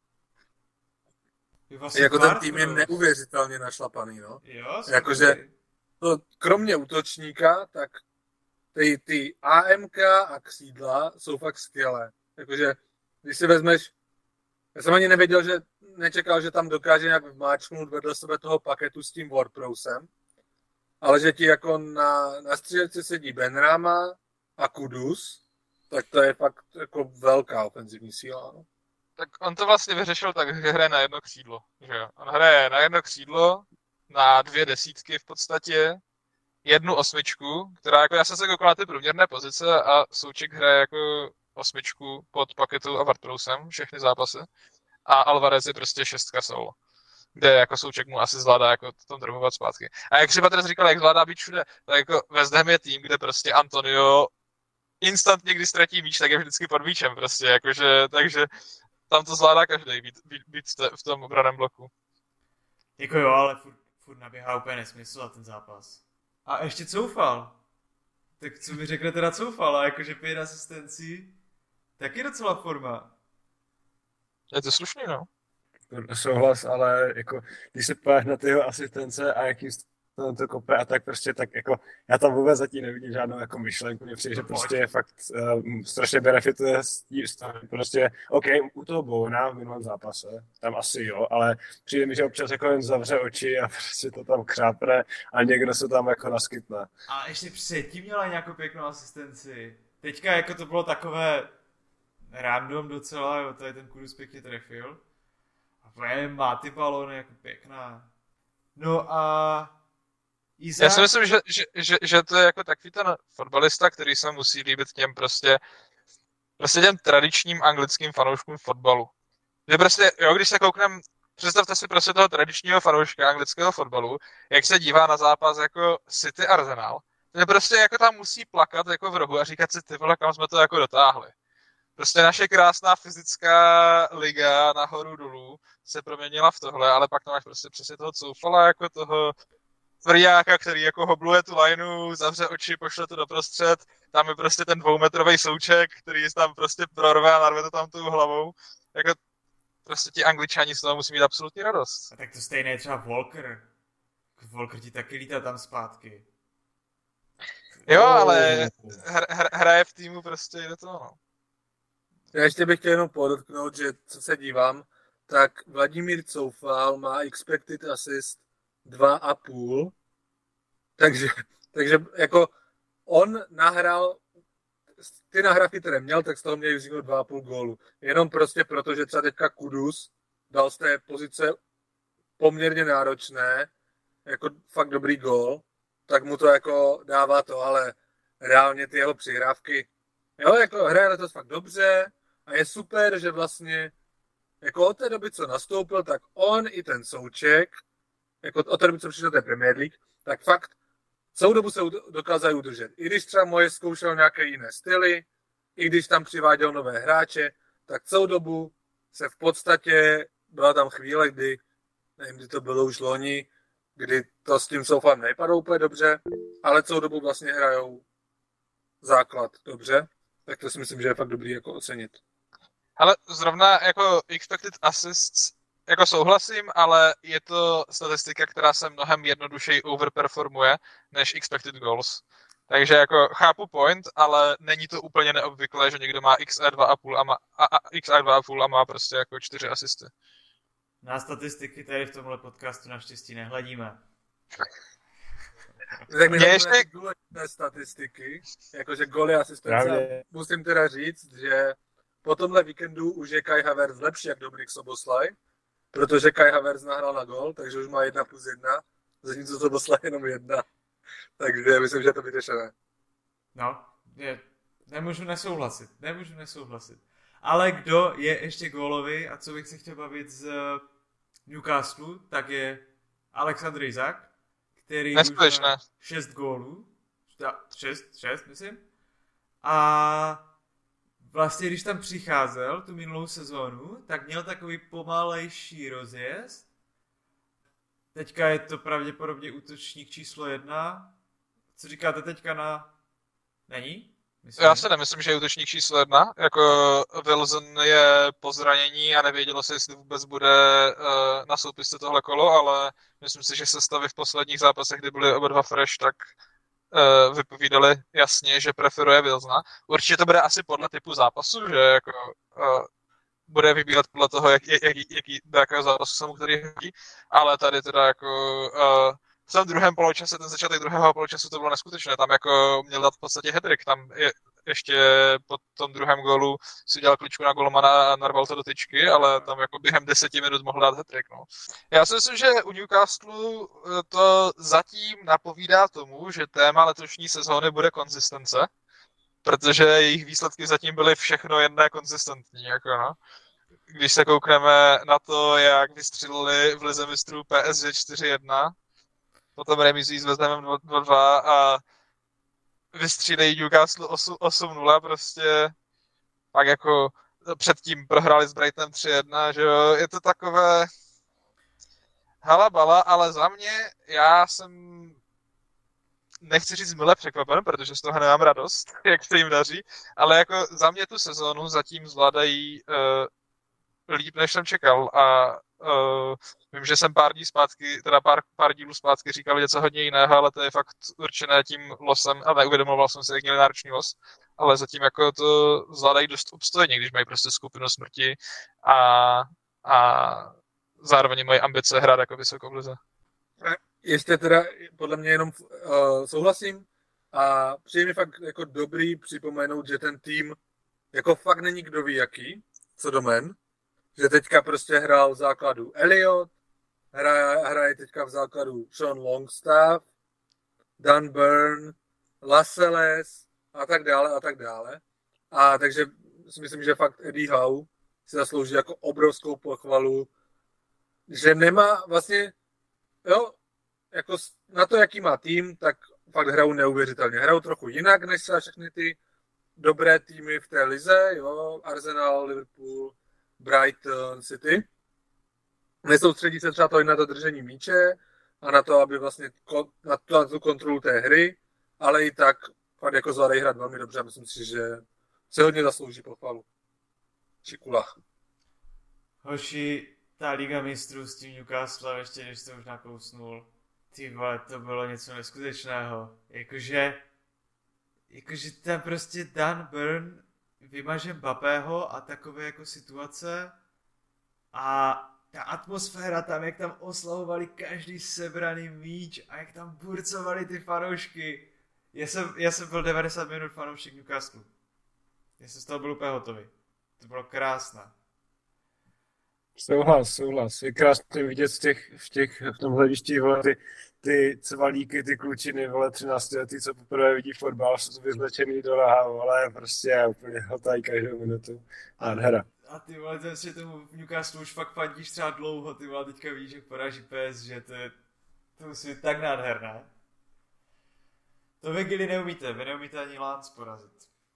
Vlastně jako ten tým je neuvěřitelně našlapaný, no. Jo, jakože to, kromě útočníka, tak ty AMK a křídla jsou fakt skvělé. Jakože, když si vezmeš, já jsem ani nečekal, že tam dokáže nějak vmáčknout vedle sebe toho paketu s tím Ward-Prowsem, ale že ti jako na střílečce sedí Benrahma a Kudus, tak to je fakt jako velká ofenzivní síla, no. Tak on to vlastně vyřešil tak, že hraje na jedno křídlo, že jo. On hraje na jedno křídlo, na 2 desítky v podstatě, 1 8, která jako, já jsem se koukal na ty průměrné pozice a Souček hraje jako 8 pod Paketou a Ward-Prowsem, všechny zápasy. A Alvarez je prostě 6 solo, kde jako Souček mu asi zvládá jako tam drobovat zpátky. A jak třeba teraz říkal, jak zvládá být všude, tak jako West Ham je tým, kde prostě Antonio instantně, když ztratí míč, tak je vždycky pod míčem prostě, jakože, takže tam to zvládá každý být v tom obraném bloku. Jako jo, ale furt naběhá úplně nesmysl a ten zápas. A ještě Coufal. Tak co mi řekne teda Coufal, a jakože 5 asistencí, taky docela forma. Je to slušný, no. Souhlas, ale jako, když se podíváš na ty jeho asistence a jakým to kope a tak prostě, tak jako, já tam vůbec zatím nevidím žádnou jako myšlenku, mě přijde, že prostě je fakt strašně benefituje prostě, OK, u toho Bowna v minulém zápase, tam asi jo, ale přijde mi, že občas jako jen zavře oči a prostě to tam krápne a někdo se tam jako naskytne. A ještě předtím měla nějakou pěknou asistenci. Teďka jako to bylo takové random docela, jo, tady ten Kudus pěkně trefil. A má ty balony jako pěkná. No a Já si myslím, že to je jako takový ten fotbalista, který se musí líbit těm prostě těm tradičním anglickým fanouškům fotbalu. Že prostě, jo, když se kouknem, představte si prostě toho tradičního fanouška anglického fotbalu, jak se dívá na zápas jako City Arsenal, že prostě jako tam musí plakat jako v rohu a říkat si, ty vole, kam jsme to jako dotáhli. Prostě naše krásná fyzická liga nahoru dolů se proměnila v tohle, ale pak tam máš prostě přesně toho Coufala jako toho vrďáka, který jako hobluje tu lineu, zavře oči, pošle to doprostřed, tam je prostě ten 2metrový souček, který se tam prostě prorve a narve to tam tou hlavou. Jako prostě ti Angličani z toho musí mít absolutní radost. A tak to stejné je třeba Walker. Walker ti taky lítá tam zpátky. Jo, ale hraje v týmu prostě jde to, no. Já ještě bych chtěl jenom podotknout, že co se dívám, tak Vladimír Coufal má expected assist 2,5. Takže jako on nahrál ty nahrávky, které měl, tak z toho měli vzniknout 2,5 gólu. Jenom prostě proto, že třeba teďka Kudus dal z té pozice poměrně náročné, jako fakt dobrý gól, tak mu to jako dává to, ale reálně ty jeho přihrávky, jo, jako hraje letos fakt dobře a je super, že vlastně jako od té doby, co nastoupil, tak on i ten Souček, jako od té doby, co přišel do té Premier League, tak fakt celou dobu se dokázali udržet. I když třeba Moje zkoušel nějaké jiné styly, i když tam přiváděl nové hráče, tak celou dobu se v podstatě, byla tam chvíle, kdy, nevím, kdy to bylo už loni, kdy to s tím Soufam nevypadalo úplně dobře, ale celou dobu vlastně hrajou základ dobře, tak to si myslím, že je fakt dobrý jako ocenit. Ale zrovna jako expected assists, jako souhlasím, ale je to statistika, která se mnohem jednodušeji overperformuje než expected goals. Takže jako chápu point, ale není to úplně neobvyklé, že někdo má XE 2,5 a má prostě jako 4 asisty. Na statistiky tady v tomhle podcastu naštěstí nehledíme. Tak mi ještě důležité statistiky, jakože goly asistence. Musím teda říct, že po tomhle víkendu už je Kai Havertz lepší jak Dominik Szoboszlai, protože Kai Havertz nahrál na gól, takže už má 1+1, zatímco Szoboszlai jenom 1. Takže myslím, že je to vyřešené. No, nemůžu nesouhlasit. Ale kdo je ještě gólový a co bych se chtěl bavit z Newcastle, tak je Alexander Isak, který už má 6 gólů. 6, myslím. A vlastně, když tam přicházel tu minulou sezónu, tak měl takový pomalejší rozjezd. Teďka je to pravděpodobně útočník číslo 1. Co říkáte teďka na... Není? Myslím. Já se nemyslím, že je útočník číslo 1. Jako Wilson je po zranění a nevědělo se, jestli vůbec bude na soupisce tohle kolo, ale myslím si, že sestavy v posledních zápasech, kdy byly oba dva fresh, tak vypovídali jasně, že preferuje Wilsona. Určitě to bude asi podle typu zápasu, že jako bude vybírat podle toho, do jakého zápasu se mu který hodí, ale tady teda jako v tom druhém poločase, ten začátek druhého poločasu to bylo neskutečné, tam jako měl dát v podstatě hat-trick, tam ještě po tom druhém gólu si udělal kličku na golmana a narval to do tyčky, ale tam jako během 10 minut mohl dát hat-trick, no. Já si myslím, že u Newcastle to zatím napovídá tomu, že téma letošní sezóny bude konzistence, protože jejich výsledky zatím byly všechno jedné konzistentní, jako no. Když se koukneme na to, jak vystřelili v lize mistrů PSG 4-1, potom remizují s West Hamem 2-2 a vystřílejí Newcastle 8-0 prostě. Pak jako předtím prohráli s Brightonem 3-1, že jo. Je to takové halabala, ale za mě já jsem nechci říct mile překvapen, protože z toho nemám radost, jak se jim daří, ale jako za mě tu sezónu zatím zvládají líp, než jsem čekal a vím, že jsem pár dílů zpátky říkal něco hodně jiného, ale to je fakt určené tím losem, a neuvědomoval jsem si, jak měli náročný los, ale zatím jako to zvládají dost obstojně, když mají prostě skupinu smrti a zároveň mají ambice hrát jako vysokou v lize. Ještě teda podle mě jenom souhlasím a přijde mi fakt jako dobrý připomenout, že ten tým jako fakt není kdo ví jaký, co do men, že teďka prostě hrál v základu Elliot, hraje teďka v základu Sean Longstaff, Dan Burn, Lascelles a tak dále a tak dále. A takže si myslím, že fakt Eddie Howe si zaslouží jako obrovskou pochvalu, že nemá vlastně, jo, jako na to, jaký má tým, tak fakt hrajou neuvěřitelně. Hrajou trochu jinak, než se všechny ty dobré týmy v té lize, jo, Arsenal, Liverpool, Brighton, City. Nesoustředí se třeba to i na to držení míče a na to, aby vlastně na tu kontrolu té hry, ale i tak fakt jako zvládají hrát velmi dobře a myslím si, že se hodně zaslouží pochvalu. Šikula. Hoši, ta Liga mistrů s tím Newcastle, ještě když to už nakousnul, ty vole, to bylo něco neskutečného. Jakože tam prostě Dan Burn vymaže Mbappého a takové jako situace a ta atmosféra tam, jak tam oslavovali každý sebraný míč a jak tam burcovali ty fanoušky. Já jsem byl 90 minut fanoušek Newcastle. Já jsem z toho byl úplně hotový. To bylo krásné. Souhlas. Je krásně vidět v tom hledišti, vole, ty cvalíky, ty klučiny, vole, 13 letý, co poprvé vidí fotbal, jsou vyzlečený do laha, vole, prostě úplně hotají každou minutu. Nádhera. A ty vole, ten si tomu v Newcastle už fakt fandíš třeba dlouho, ty vole, teďka víš, jak poráží PSG, to musí být tak nádherné. To vy Gilly neumíte, vy neumíte ani Lance porazit.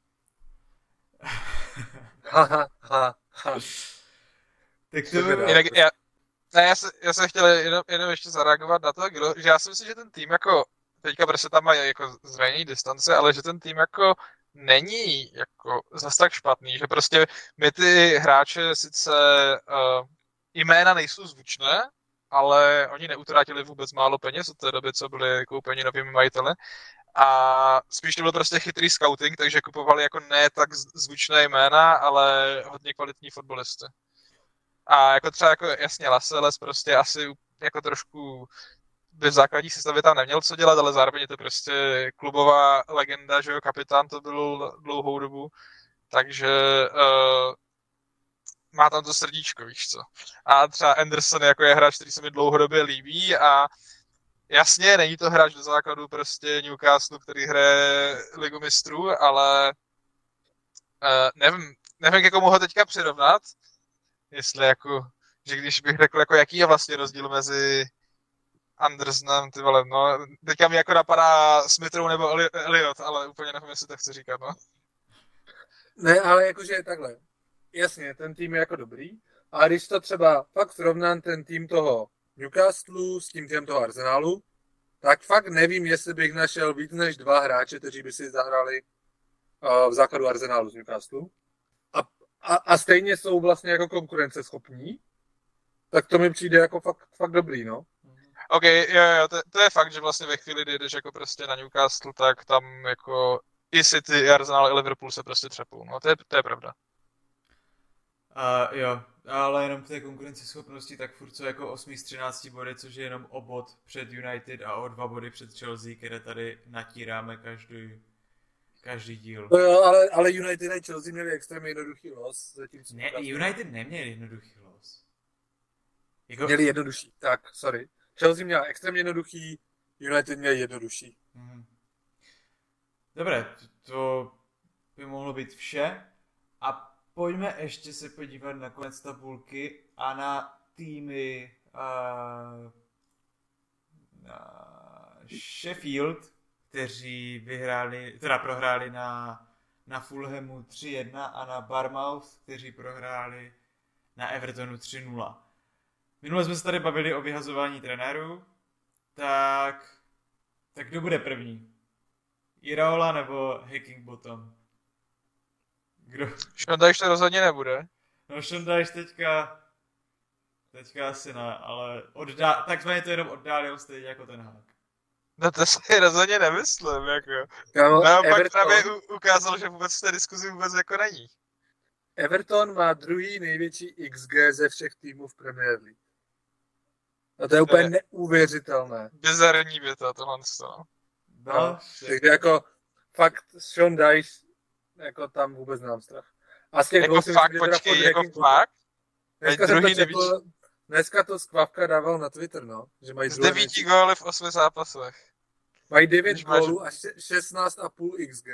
Tak to bylo... Já jsem chtěl jenom ještě zareagovat na to, že já si myslím, že ten tým jako, teďka prostě tam mají jako zranění distance, ale že ten tým jako není jako zas tak špatný, že prostě my ty hráče sice jména nejsou zvučné, ale oni neutratili vůbec málo peněz od té doby, co byli koupeni novými majiteli. A spíš to byl prostě chytrý scouting, takže kupovali jako ne tak zvučné jména, ale hodně kvalitní fotbalisty. A jako třeba jako jasně Lascelles prostě asi jako trošku by v základní sestavě tam neměl co dělat, ale zároveň je to prostě klubová legenda, že jo, kapitán to byl dlouhou dobu, takže má tam to srdíčko, víš co. A třeba Anderson jako je hráč, který se mi dlouhodobě líbí a jasně, není to hráč do základu prostě Newcastle, který hraje Ligu mistrů, ale nevím, k komu ho teďka přirovnat, jestli jako, že když bych řekl, jako jaký je vlastně rozdíl mezi Andersonem, ty vole, no, teďka mi jako napadá Smith-Rowe nebo Elliot, ale úplně nevím, jestli to chci říkat, no. Ne, ale jakože takhle, jasně, ten tým je jako dobrý, a když to třeba fakt srovnám ten tým toho Newcastle s tím týmem toho Arsenalu, tak fakt nevím, jestli bych našel víc než 2 hráče, kteří by si zahrali v základu Arsenalu z Newcastle. A stejně jsou vlastně jako konkurenceschopní, tak to mi přijde jako fakt dobrý, no. OK, jo, to je fakt, že vlastně ve chvíli, kdy jdeš jako prostě na Newcastle, tak tam jako i City, i Arsenal, i Liverpool se prostě třepou, no, to je pravda. Jo, ale jenom k té konkurenceschopnosti, tak furt jsou jako 8 z 13 body, což je jenom o bod před United a o 2 body před Chelsea, které tady natíráme každý díl. No jo, ale United a Chelsea měli extrémně jednoduchý los. Ne, United neměli jednoduchý los. Jako... Měli jednodušší, tak, sorry. Chelsea měla extrémně jednoduchý, United měli jednodušší. Dobré, to by mohlo být vše. A pojďme ještě se podívat na konec tabulky a na týmy na Sheffield, kteří prohráli na Fulhamu 3-1 a na Bournemouth, kteří prohráli na Evertonu 3-0. Minule jsme se tady bavili o vyhazování trenérů, tak kdo bude první? Iraola nebo Heckingbottom? Kdo? Sean Dyche to rozhodně nebude. No Sean Dyche teďka asi ne, ale takzvaně to jenom oddálil stejně jako ten Hák. No to si rozhodně nemyslím, jako. Naopak právě ukázal, že vůbec v té diskuzi vůbec jako není. Everton má druhý největší XG ze všech týmů v Premier League. A to je úplně neuvěřitelné. Bizarní věta tohle. No, takže jako fakt Sean Dyche, jako tam vůbec nemám strach. A z těch Jako dvou si fakt, myslím, že teda počkej, furt jako Hacking- fakt? Dneska, Druhý jsem to četl, dneska to Skvavka dával na Twitter, no. Že mají Z druhé 9 největší- góly v 8 zápasech. Mají 9 Když máš- gólů a 16,5 XG.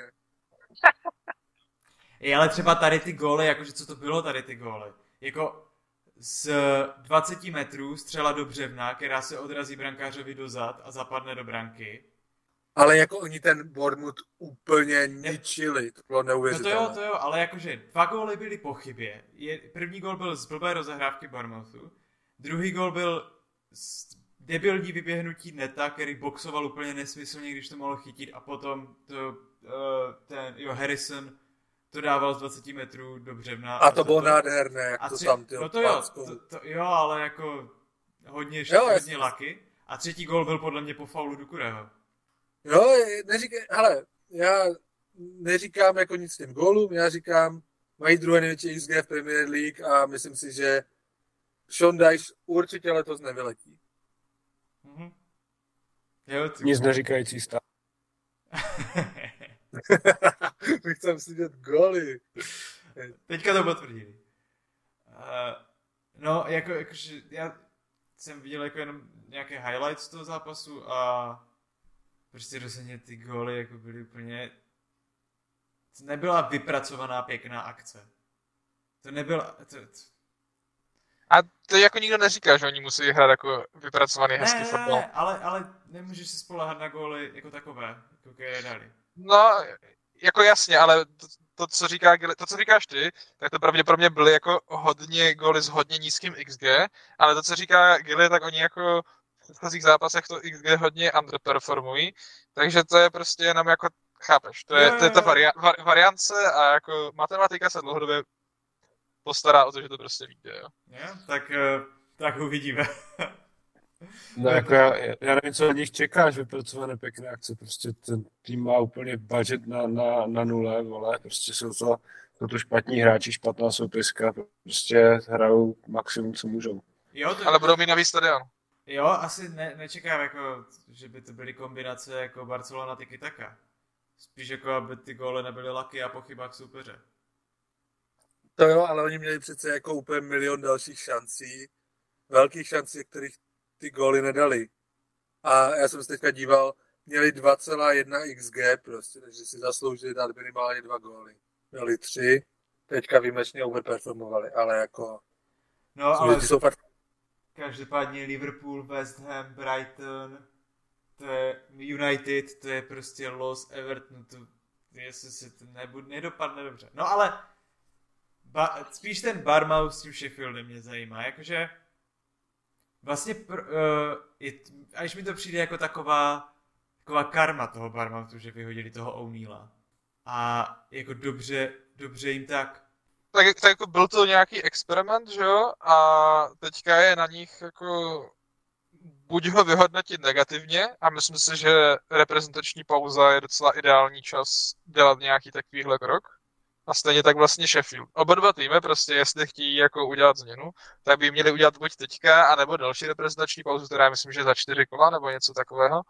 Ale třeba tady ty góly, jakože co to bylo tady ty góly? Jako z 20 metrů střela do břevna, která se odrazí brankářovi dozad a zapadne do branky. Ale jako oni ten Bournemouth úplně ničili, to bylo No neuvěřitelné. to jo, ale jakože 2 góly byly po chybě. První gól byl z blbé rozehrávky Bournemouthu, druhý gól byl z debilní vyběhnutí Neta, který boxoval úplně nesmyslně, když to mohl chytit, a potom Harrison to dával z 20 metrů do břevna. A to bylo nádherné, jak to tam ty no to jo, ale jako hodně laky. A třetí gól byl podle mě po faulu Doucourého. Jo, hele, já neříkám jako nic těm gólům, já říkám, mají druhé největší XG v Premier League a myslím si, že Sean Dyche určitě letos nevyletí. Mhm. Jo, Nic neříkající stav. My chceme si dělat góly. Teďka to potvrdili. No, jakože já jsem viděl jako jenom nějaké highlights toho zápasu a prostě rozhodně ty góly jako byly úplně... To nebyla vypracovaná pěkná akce. To nebyla... A to jako nikdo neříká, že oni musí hrát jako vypracovaný hezký fotbal. Ne, ale nemůžeš se spoléhat na góly jako takové, jako které dali. No, jako jasně, ale to, co říkáš ty, tak to pravděpodobně byly jako hodně góly s hodně nízkým XG, ale to, co říká Gilly, tak oni jako v předchozích zápasech to XG hodně underperformují, takže to je prostě jenom jako, chápeš, to je ta variance a jako matematika se dlouhodobě postará o to, že to prostě vyjde, jo. Tak uvidíme. No jako já nevím, co od nich čekáš, vypracované pěkné akce, prostě ten tým má úplně budget na nule, vole, prostě jsou to špatní hráči, špatná soupiska, prostě hrajou maximum, co můžou. Jo, ale budou mít nový stadion. Jo, asi nečekám, jako, že by to byly kombinace jako Barcelona Tiki Taka. Spíš jako, aby ty góly nebyly laky a po chybách soupeře. To jo, ale oni měli přece jako úplně milion dalších šancí, velkých šancí, kterých ty góly nedali. A já jsem se teďka díval, měli 2,1 XG prostě, takže si zasloužili dát minimálně 2 góly. Měli 3, teďka výjimečně overperformovali, ale jako... No, ale jsou fakt... každopádně Liverpool, West Ham, Brighton, to je United, to je prostě los Evertonu, to jestli se to nedopadne dobře. No ale spíš ten Bournemouth s tím Sheffieldem mě zajímá, jakože vlastně až mi to přijde jako taková karma toho Bournemouthu, že vyhodili toho O'Neilla. A jako dobře jim tak. Tak jako byl to nějaký experiment, že jo? A teďka je na nich jako buď ho vyhodnotit negativně a myslím si, že reprezentační pauza je docela ideální čas dělat nějaký takovýhle krok. A stejně tak vlastně Sheffield. Oba dva týmy prostě, jestli chtějí jako udělat změnu, tak by měli udělat buď teďka, anebo další reprezentační pauzu, která myslím, že za 4 kola nebo něco takového.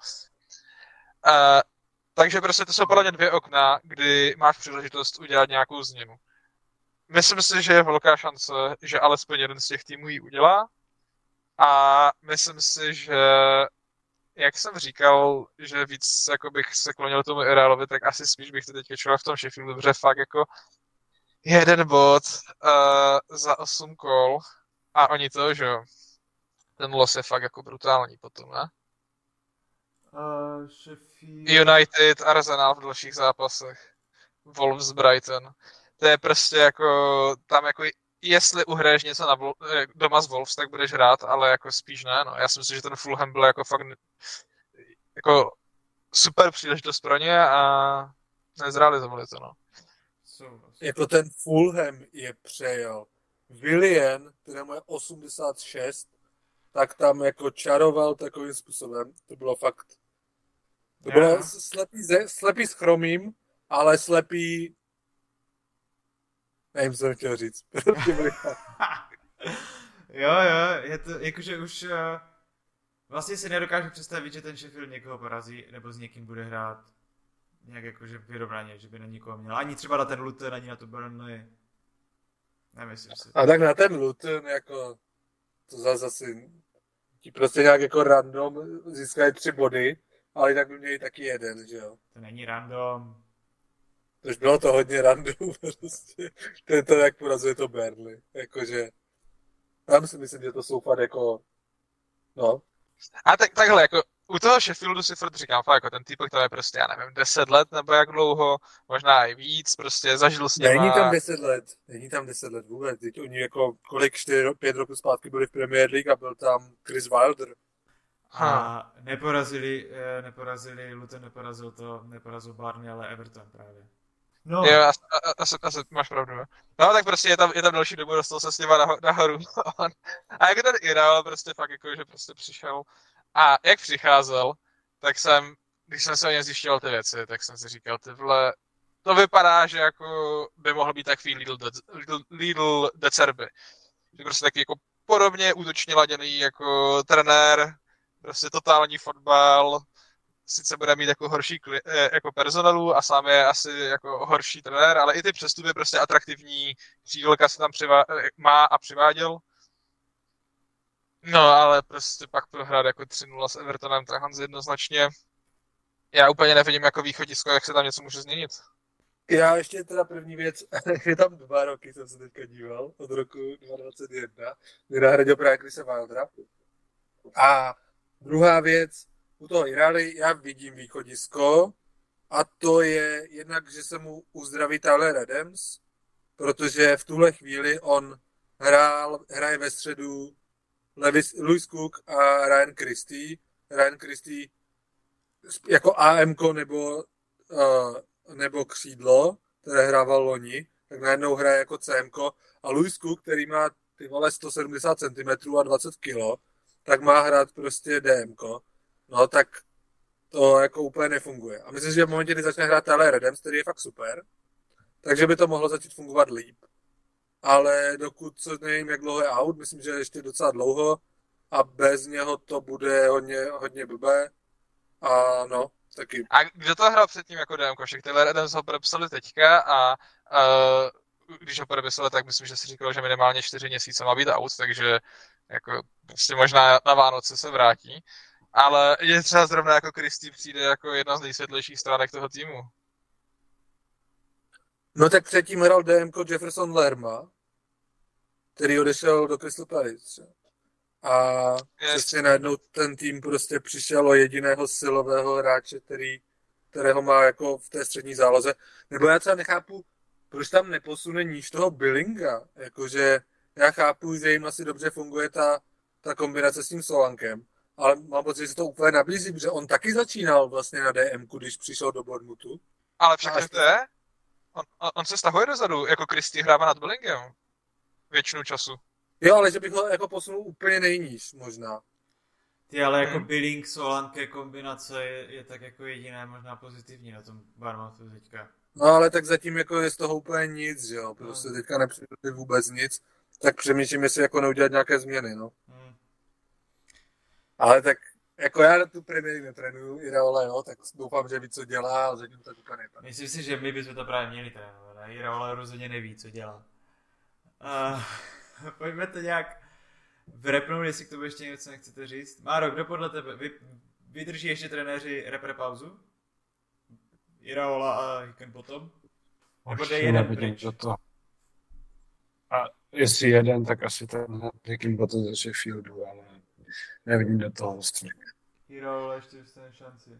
Takže prostě to jsou podle mě 2 okna, kdy máš příležitost udělat nějakou změnu. Myslím si, že je velká šance, že alespoň jeden z těch týmů ji udělá. A myslím si, že jak jsem říkal, že víc jako bych se klonil tomu Irealovi, tak asi spíš bych to teďka čuval v tom Sheffieldu, protože fakt jako 1 bod za 8 kol a oni to, že jo. Ten los je fakt jako brutální potom, ne? United, Arsenal v dalších zápasech. Wolves, Brighton. To je prostě jako, tam jako, jestli uhraješ něco doma z Wolves, tak budeš hrát, ale jako spíš ne, no. Já si myslím, že ten Fulham byl jako fakt jako super příležitost pro ně a nezrealizovali to, no. Jako ten Fulham je přejel. Willian, kterému je 86, tak tam jako čaroval takovým způsobem. To bylo fakt... To bylo slepý s chromým, ale slepý... Nevím, co jsem chtěl říct. Jo, je to, jakože už vlastně si nedokážu představit, že ten Sheffield někoho porazí, nebo s někým bude hrát nějak jakože vyrovnaně, že by na nikoho měl. Ani třeba na ten Luton, ani na to Burnley. Nemyslím si. A tak na ten Luton, jako, to zase ti prostě nějak jako random získají 3 body, ale tak by měli taky 1, že jo. To není random. Tož bylo to hodně random, prostě. To jak porazuje to Burnley, jakože, tam si myslím, že to jsou fakt jako, no. A takhle, jako u toho Sheffieldu si furt říkám, fakt, jako ten týpek tam je prostě, já nevím, 10 let nebo jak dlouho, možná i víc, prostě zažil s něma. Není tam 10 let vůbec, teď oni jako kolik 5 roků zpátky byli v Premier League a byl tam Chris Wilder. A neporazili, Luton neporazil Barney, ale Everton právě. No. Jo, asi máš pravdu. No tak prostě je tam další dobu, dostal se s něma nahoru. A jako ten Iraola prostě fakt jako, že prostě přišel. A jak přicházel, tak když jsem se o něm zjišťoval ty věci, tak jsem si říkal, ty vole, to vypadá, že jako by mohl být takový Lidl de Cerby. Že prostě taky jako podobně útočně laděný jako trenér, prostě totální fotbal, sice bude mít jako horší jako personalu a sám je asi jako horší trenér, ale i ty přestupy prostě atraktivní křídelka se tam má a přiváděl. No, ale prostě pak prohrát jako 3-0 s Evertonem, tak Hans jednoznačně. Já úplně nevidím jako východisko, jak se tam něco může změnit. Já ještě teda první věc, je tam 2 roky, jsem se teďka díval, od roku 2021, kdy nahradil právě Chrisa Wildera. A druhá věc, u toho Iraly já vidím východisko a to je jednak, že se mu uzdraví Tyler Adams, protože v tuhle chvíli on hraje ve středu Lewis Cook a Ryan Christie. Ryan Christie jako AMko nebo křídlo, které hrával loni, tak najednou hraje jako CMko a Lewis Cook, který má ty vole 170 cm a 20 kg, tak má hrát prostě DMko. No tak to jako úplně nefunguje. A myslím, že v momentě, kdy začne hrát Tyler Adams, který je fakt super, takže by to mohlo začít fungovat líp. Ale dokud nevím, jak dlouho je out, myslím, že ještě docela dlouho a bez něho to bude hodně blbé. A no, taky. A kdo to hrál předtím jako DMko? Však Tyler Adams ho podepsali teďka a když ho podepsali, tak myslím, že si říkal, že minimálně 4 měsíce má být out, takže jako prostě možná na Vánoce se vrátí. Ale je třeba zrovna jako Christie přijde jako jedna z nejsvětlejších stránek toho týmu. No tak předtím hrál DMko Jefferson Lerma, který odešel do Crystal Palace. A přesně najednou ten tým prostě přišel o jediného silového hráče, kterého má jako v té střední záloze. Nebo já třeba nechápu, proč tam neposune níž toho Billinga. Jakože já chápu, že jim asi dobře funguje ta kombinace s tím Solankem. Ale mám pocit, že se to úplně nabízí, protože on taky začínal vlastně na DMku, když přišel do Bournemouthu. Ale všechno to je? On se stahuje dozadu, jako Christie hrává nad Billingem. Většinu času. Jo, ale že bych ho jako posunul úplně nejníž, možná. Ty, ale jako Billing, Solanke kombinace je tak jako jediné možná pozitivní na tom Bournemouthu teďka. No ale tak zatím jako je z toho úplně nic, že jo, prostě teďka nepřijde vůbec nic, tak přemýšlím, jestli jako neudělat nějaké změny, no. Ale tak, jako já tu Premier League netrénuju, Iraola, jo, tak doufám, že ví, co dělá a zatím tak úplně nejde. Myslím si, že my bychom to právě měli trénovat, a Iraola rozhodně neví, co dělá. Pojďme to nějak vrepnout, jestli k tomu ještě něco nechcete říct. Máro, kdo podle tebe, vydrží ještě trenéři repre pauzu? Iraola a Hickenbottom? Nebo jde jeden pryč? A jestli jeden, tak asi ten Hickenbottom ze Sheffieldu, ale nevidím do toho vlastně. Iraola ještě dostane šanci.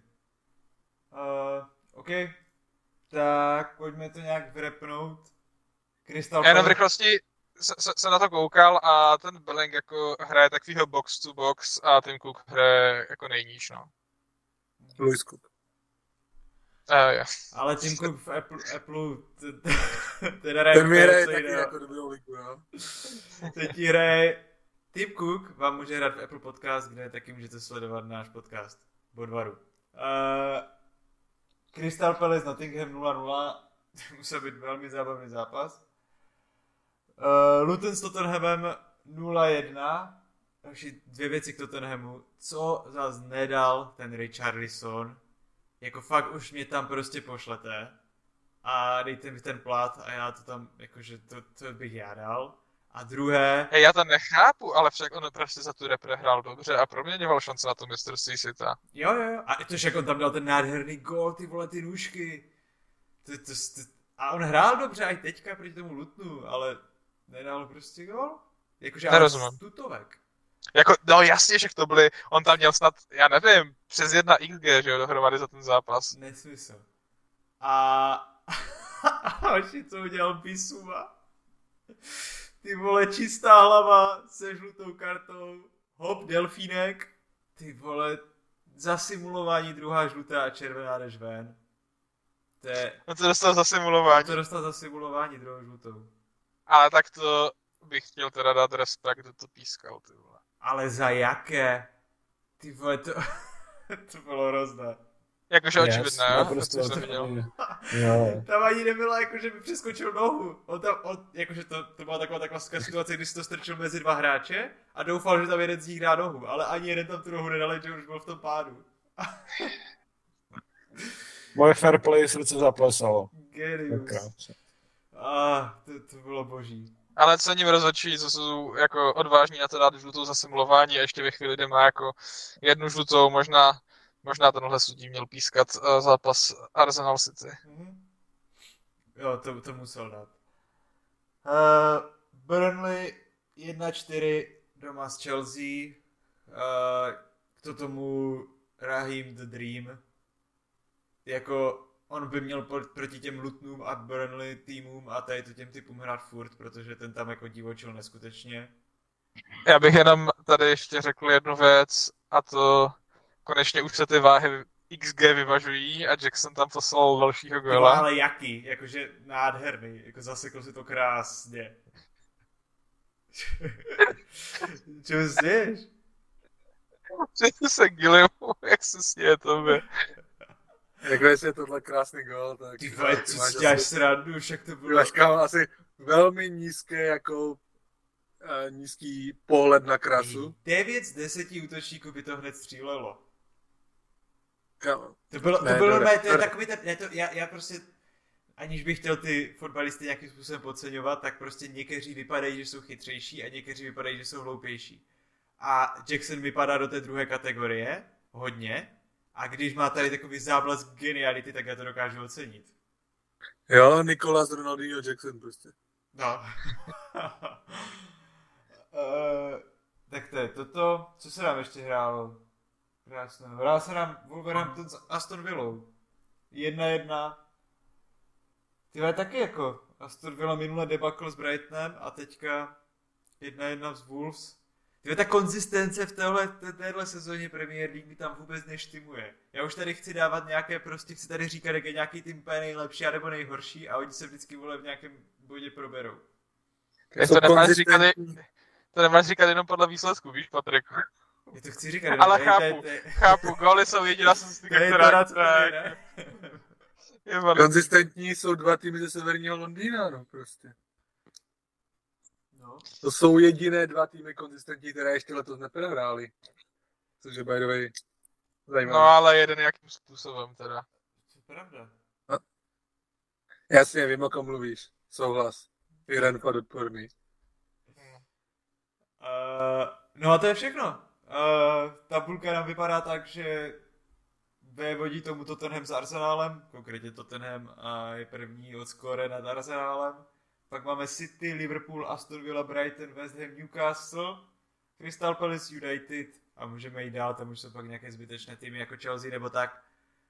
OK, tak pojďme to nějak vrepnout. Já jenom v rychlosti jsem na to koukal a ten Billing jako hraje takovýho box to box a Tim Cook hraje jako nejníž, no. Lewis Cook. Jo. Ale Tim Cook v Apple ten mi hraje taky jako dobrou ligu, jo. Teď hraje Tim Cook, vám může hrát v Apple Podcast, kde taky můžete sledovat náš podcast Bodvaru. Crystal Palace Nottingham 0-0, musel být velmi zábavný zápas. Luton s Tottenhamem 0-1. Další 2 věci k Tottenhamu. Co zas nedal ten Richarlison? Jako fakt už mě tam prostě pošlete. a dejte mi ten plat a já to tam, jakože to bych já dal. A druhé... Hej, já to nechápu, ale však on prostě za tu repre hrál dobře a proměňoval šance na to mistrovství světa. Jo. A to, že jak on tam dal ten nádherný gól, ty vole, ty nůžky. A on hrál dobře i teďka proti tomu Lutnu, ale nedal prostě gól. Jakože nerozumím. Tutovek. Jako, no jasně, že to byly, on tam měl snad, já nevím, přes 1 XG, že jo, dohromady za ten zápas. Nesmysl. A hoši, co udělal Bissouma? Ty vole, čistá hlava se žlutou kartou, hop, delfínek, ty vole, za simulování druhá žlutá a červená jdeš ven. On to dostal za simulování. To dostal za simulování druhou žlutou. Ale tak to bych chtěl teda dát respekt, kdo to pískal, ty vole. Ale za jaké? Ty vole, to bylo hrozné. Jakože očividné, jo? Prostě To jsem viděl. Jo. Tam ani nebylo, jakože by přeskočil nohu. Jakože to byla taková klasická situace, kdy si to strčil mezi dva hráče a doufal, že tam jeden z nich dá nohu, ale ani jeden tam tu nohu nedal, že už byl v tom pádu. Moje fair play srdce zaplesalo. Genius. To bylo boží. Ale cením rozhodčí, co jsou jako odvážní na to dát žlutou za simulování a ještě ve chvíli, kdy má jako 1 žlutou, možná tenhle sudí měl pískat zápas Arsenal City. Jo, to musel dát. Burnley 1-4 doma s Chelsea. Kdo tomu Raheem the Dream. Jako on by měl proti těm Lutnům a Burnley týmům a tady to těm typům hrát furt, protože ten tam jako divočil neskutečně. Já bych jenom tady ještě řekl jednu věc a to konečně už se ty váhy XG vyvažují a Jackson tam poslal dalšího góla. Ale jaký? Jakože nádherný. Jako zasekl si to krásně. Čemu sněš? Přijdu se Gilliamu, jak se sněje tobě. Jako jestli je tohle krásný gól, tak... Ty vole, co si děláš srandu, však to bylo... Máš asi velmi nízký pohled na krasu. 9 z 10 útočníků by to hned střílelo. Kámo. To bylo to je takový ten, já prostě, aniž bych chtěl ty fotbalisty nějakým způsobem podceňovat, tak prostě někteří vypadají, že jsou chytřejší a někteří vypadají, že jsou hloupější. A Jackson vypadá do té druhé kategorie, hodně, a když má tady takový záblesk geniality, tak já to dokážu ocenit. Jo, Nicolas Ronaldinho Jackson prostě. No. Tak to je toto. Co se nám ještě hrálo? Krásné. Hrál se nám Wolverhampton s Aston Villou. 1-1. Tyhle taky jako Aston Villa minule debakl s Brightonem a teďka 1-1 s Wolves. Tyhle ta konzistence v téhle sezóně Premier League mi tam vůbec neštimuje. Já už tady chci dávat nějaké prostě, chci tady říkat, jak je nějaký tým úplně nejlepší nebo nejhorší a oni se vždycky vole v nějakém bodě proberou. To nemáš říkat jenom podle výsledku, víš, Patriku? Já to chci říkat. Ale chápu, góly jsou jediná statistika, která... Konzistentní jsou 2 týmy ze severního Londýna, no prostě. No. To jsou jediné 2 týmy konzistentní, které ještě letos neprohrály. Což je by the way zajímavé. No ale jeden jakým způsobem teda. To je pravda. No. Jasně, vím, o kom mluvíš. Souhlas. I Renford odporný. No a to je všechno. Tabulka nám vypadá tak, že vévodí tomu Tottenham s Arsenálem, konkrétně Tottenham je první od skóre nad Arsenálem. Pak máme City, Liverpool, Aston Villa, Brighton, West Ham, Newcastle, Crystal Palace, United a můžeme jít dál, tam už jsou pak nějaké zbytečné týmy jako Chelsea nebo tak.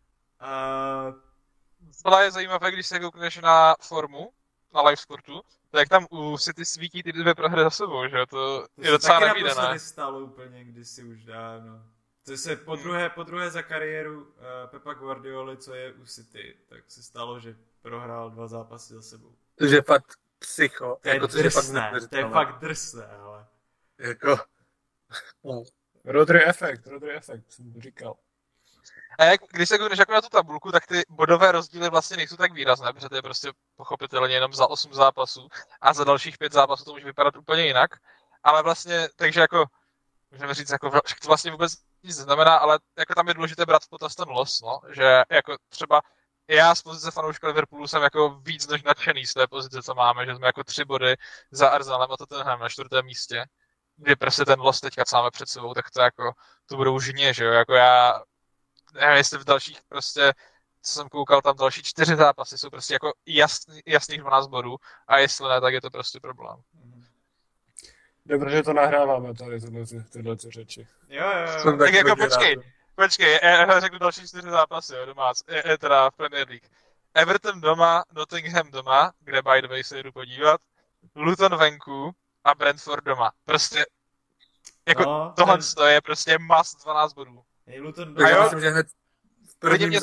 Tohle je zajímavé, když se koukneš na formu, na live sportu, tak tam u City svítí ty 2 prohry za sebou, že to je docela nevídané. To se taky stalo úplně kdysi už dávno. To se po druhé za kariéru Pepa Guardioli, co je u City, tak se stalo, že prohrál 2 zápasy za sebou. To je fakt psycho. To je jako, drsné, to je fakt drsné, ale... Jako... Rodri efekt, jsem to říkal. A když se koukneš jako na tu tabulku, tak ty bodové rozdíly vlastně nejsou tak výrazné, protože to je prostě pochopitelně jenom za 8 zápasů a za dalších 5 zápasů to může vypadat úplně jinak. Ale vlastně, takže jako, můžeme říct, jako, že to vlastně vůbec nic neznamená, ale jako tam je důležité brát v potaz ten los, no, že jako třeba já z pozice fanouška Liverpoolu jsem jako víc než nadšený z té pozice, co máme, že jsme jako 3 body za Arsenalem a Tottenham na 4. místě, kdy prostě ten los teďka co máme před sebou, tak to jako, to budou žně, že jo, jako já nevím, jestli v dalších prostě, co jsem koukal, tam další 4 zápasy jsou prostě jako jasných 12 bodů a jestli ne, tak je to prostě problém. Dobře, že to nahráváme tady tyhle řeči. Jo. Tak jako počkej, já řeknu další 4 zápasy, jo, domác, teda v Premier League. Everton doma, Nottingham doma, kde by the way se jdu podívat, Luton venku a Brentford doma. Prostě, jako tohle je prostě must 12 bodů. Luton Tak já doma. myslím, že hned v prvním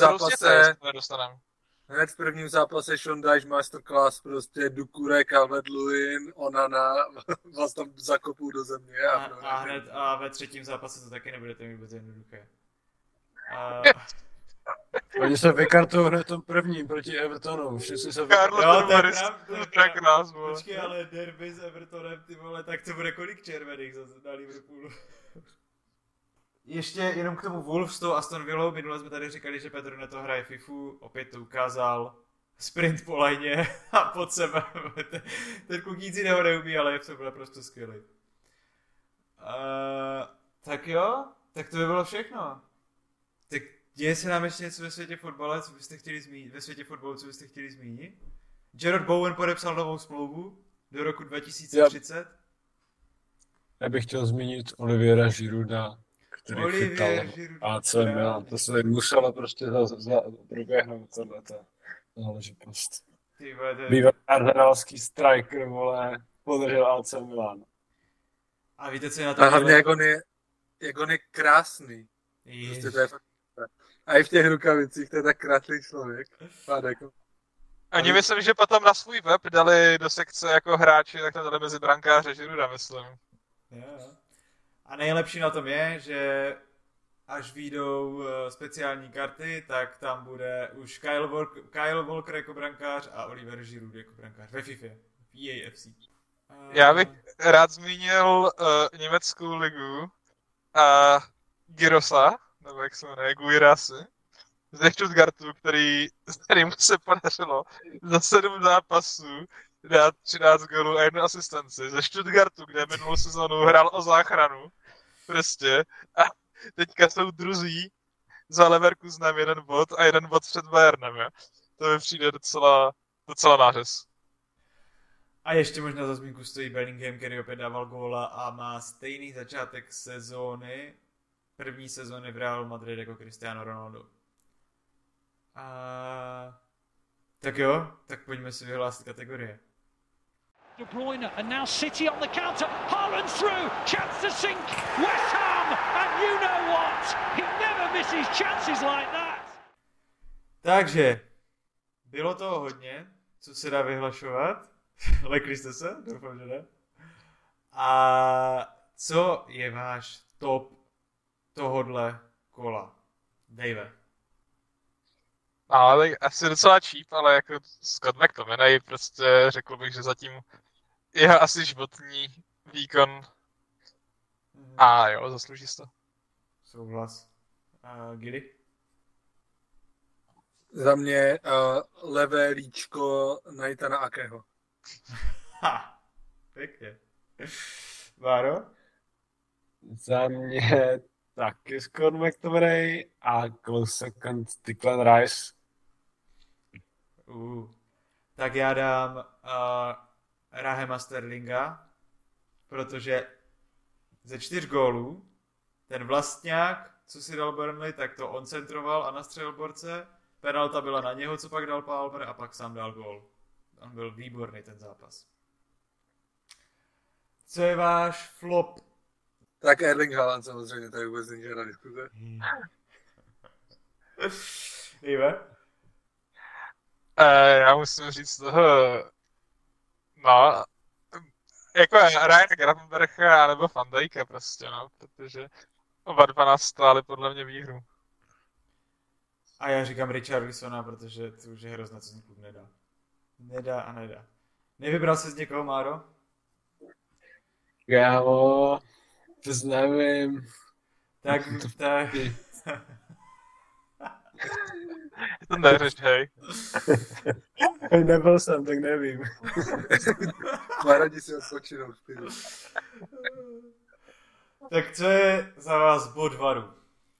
zápase Sean Dyche masterclass, prostě Doucouré, Calvert-Lewin, Onana vás tam zakopou do země. A ve 3. zápase to taky nebudete mít vůbec jednoduché. Oni se vykartují hned v tom prvním proti Evertonu. Všichni se Počkej, ale derby s Evertonem, ty vole, tak to bude kolik červených zase na Liverpoolu? Ještě jenom k tomu Wolves s tou Aston Villou, minule jsme tady říkali, že Petr Neto hraje FIFU, opět to ukázal, sprint po lajně a pod sebe. Ten kluk nic jiného neumí, ale je v tom naprosto skvělý. Tak jo, tak to by bylo všechno. Tak děje se nám ještě něco ve světě fotbale, co byste chtěli zmínit, ve světě fotbalu, co byste chtěli zmínit? Jarrod Bowen podepsal novou smlouvu do roku 2030. Já bych chtěl zmínit Oliviera Girouda, který chytal AC Milan. To se muselo prostě proběhnout tohleto záležitost. Bývalý arsenalský striker, vole, podržel AC Milan. A víte, co je na to? A hlavně jak on je krásný. Prostě to je fakt. A i v těch rukavicích, to je tak krásný člověk. Oni myslím, že potom na svůj web dali do sekce jako hráči, tak tam dali mezi brankáře Girouda, myslím. Jo. A nejlepší na tom je, že až vyjdou speciální karty, tak tam bude už Kyle Walker jako brankář a Oliver Giroud jako brankář ve FIFA, v EAFC. Já bych rád zmínil německou ligu a Girosa, nebo jak se jmenuje, Guirassi, ze Stuttgartu, kterým se podařilo za 7 zápasů dát 13 gólů a 1 asistenci. Ze Stuttgartu, kde minulou sezonu hrál o záchranu, prostě, a teďka jsou druzí za Leverkusenem 1 bod a 1 bod před Bayernem, jo. To mi přijde docela nářez. A ještě možná za zmínku stojí Bellingham, který opět dával góla a má stejný začátek sezóny, první sezóny v Real Madrid jako Cristiano Ronaldo. Tak jo, tak pojďme si vyhlásit kategorie. De Bruyne and now City on the counter. Haaland through, chance to sink West Ham, and you know what? He never misses chances like that. Takže, bylo toho hodně, co se dá vyhlašovat. Lekli jste se? Doufám, že ne. A co je váš top tohodle kola? Dave. Ale asi docela cheap, ale jako Scott McTominay prostě řekl bych, že zatím je asi životní výkon. A jo, zaslouží se to. Souhlas. Gilly? Za mě levé líčko Nathana Akeho. Pěkně. Váro? Za mě taky Scott McTominay a close second Declan Rice. Tak já dám Rahema Sterlinga, protože ze 4 gólů ten vlastňák, co si dal Burnley, tak to on centroval a nastřelil borce. Penalta byla na něho, co pak dal Palmer a pak sám dal gól. On byl výborný ten zápas. Co je váš flop? Tak Erling Haaland samozřejmě, to je vůbec není žádná diskuze. Ive? Já musím říct toho, no, jako Ryan Gravenbercha nebo Van Dijka prostě, no, protože oba dva nás stáli podle mě výhru. A já říkám Richarlisona, protože to už je hrozné, co z klub nedá. Nedá a nedá. Nevybral jsi z někoho, Máro? Kámo, to nevím. Tak. To neřeš, hej. Nebyl jsem, tak nevím. Má rádi si odpočinout. Tak co je za vás bod varu?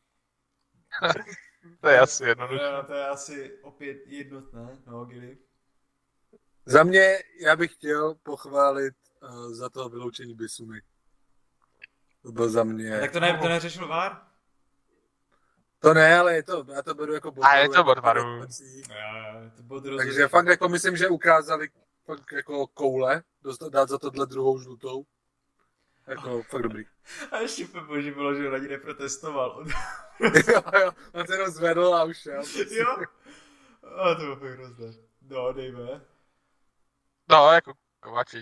To je asi jednoduché. To je asi opět jednotné, no, Gili. Za mě, já bych chtěl pochválit za to vyloučení Bisumy. To byl za mě... Tak to neřešil VAR? To ne, ale já to beru jako bod A varu. je to bod varu. Takže fakt jako myslím, že ukázali fakt jako koule, dát za tohle druhou žlutou. Jako fakt dobrý. A ještě boží bylo, že on ani neprotestoval. jo, on se rozvedl a už šel. Jo? A to bylo fakt hrozné. No, dejme. No, jako Kovačič.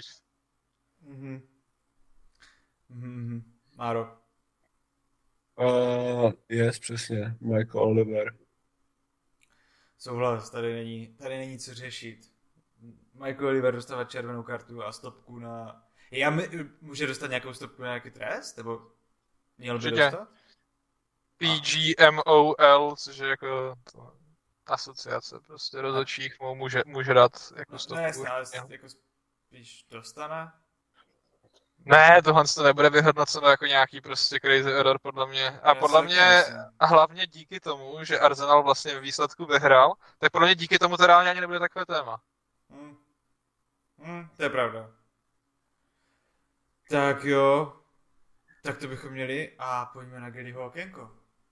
Máro. Yes, přesně. Michael Oliver. Souhlas, tady není co řešit. Michael Oliver dostává červenou kartu a stopku na... Může dostat nějakou stopku na nějaký trest? Nebo měl by dostat? PGMOL, což je jako asociace prostě rozhodčích může dát jako stopku. Ne, ale jako spíš dostane. Ne, tohle to nebude vyhodnoceno jako nějaký prostě crazy error podle mě. A podle mě, a hlavně díky tomu, že Arsenal vlastně v výsledku vyhrál, tak podle mě díky tomu to reálně ani nebude takové téma. To je pravda. Tak jo, tak to bychom měli a pojďme na Gillyho okénko.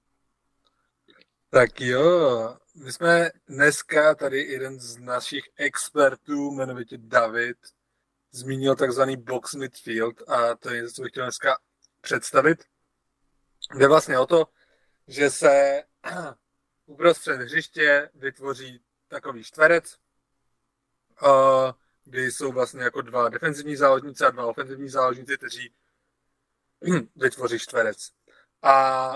Tak jo, my jsme dneska tady jeden z našich expertů, jmenovitě David, zmínil takzvaný box midfield a to je něco, co bych chtěl dneska představit. Jde vlastně o to, že se uprostřed hřiště vytvoří takový čtverec, kdy jsou vlastně jako dva defenzivní záložníci a dva ofenzivní záložníci, kteří vytvoří čtverec. A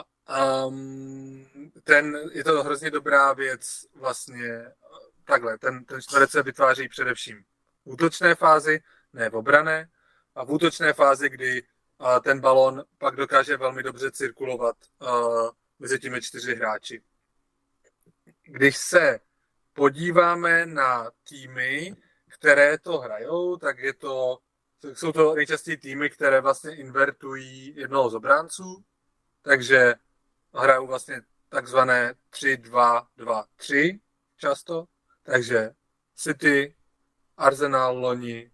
je to hrozně dobrá věc vlastně takhle. Ten čtverec se vytváří především v útočné fázi, ne v obrané, a v útočné fázi, kdy ten balón pak dokáže velmi dobře cirkulovat mezi těmi 4 hráči. Když se podíváme na týmy, které to hrajou, tak jsou to nejčastěji týmy, které vlastně invertují jednoho z obránců, takže hrajou vlastně takzvané 3-2-2-3 často, takže City, Arsenal loni,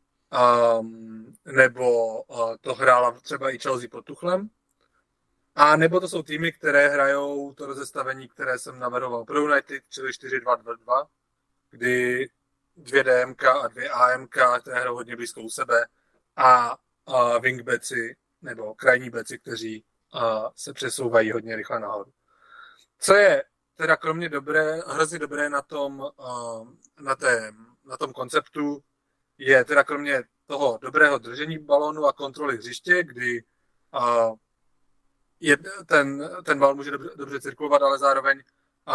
nebo to hrála třeba i Chelsea pod Tuchlem, a nebo to jsou týmy, které hrajou to rozestavení, které jsem navrhoval pro United, čili 4-2-2-2, kdy 2 DMK a 2 AMK, které hrajou hodně blízko u sebe, a wingbacki nebo krajní beci, kteří se přesouvají hodně rychle nahoru. Co je teda kromě hrozně dobré na tom konceptu, je teda kromě toho dobrého držení balónu a kontroly hřiště, kdy ten balón může dobře cirkulovat, ale zároveň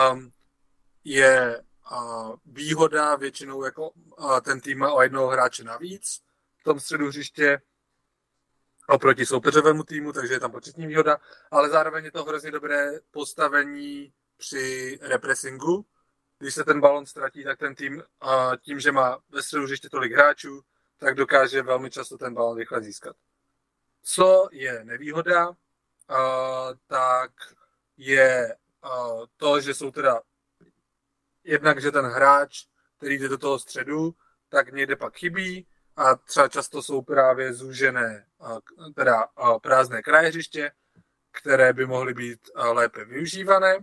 je výhoda většinou jako ten tým má o jednoho hráče navíc v tom středu hřiště oproti soupeřovému týmu, takže je tam početní výhoda, ale zároveň je to hrozně dobré postavení při repressingu. Když se ten balon ztratí, tak ten tým tím, že má ve středu hřiště tolik hráčů, tak dokáže velmi často ten balon rychle získat. Co je nevýhoda, tak je to, že jsou teda jednak, že ten hráč, který jde do toho středu, tak někde pak chybí a třeba často jsou právě zúžené, teda prázdné kraje hřiště, které by mohly být lépe využívané.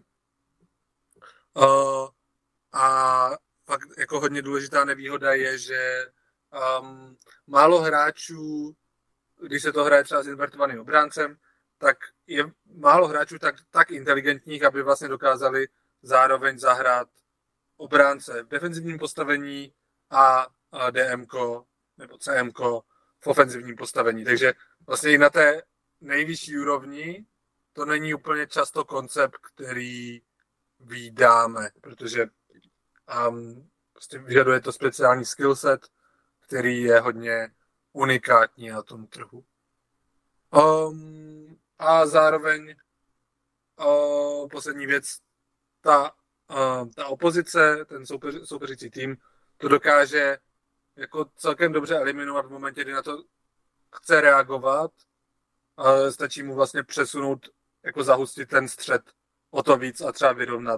A fakt jako hodně důležitá nevýhoda je, že málo hráčů, když se to hraje třeba s invertovaným obráncem, tak je málo hráčů tak inteligentních, aby vlastně dokázali zároveň zahrát obránce v defenzivním postavení a DMko nebo CMko v ofenzivním postavení. Takže vlastně i na té nejvyšší úrovni to není úplně často koncept, který vídáme, protože prostě vyžaduje to speciální skillset, který je hodně unikátní na tom trhu. A zároveň poslední věc, ta ta opozice, ten soupeřící tým, to dokáže jako celkem dobře eliminovat v momentě, kdy na to chce reagovat. Stačí mu vlastně přesunout, jako zahustit ten střed o to víc a třeba vyrovnat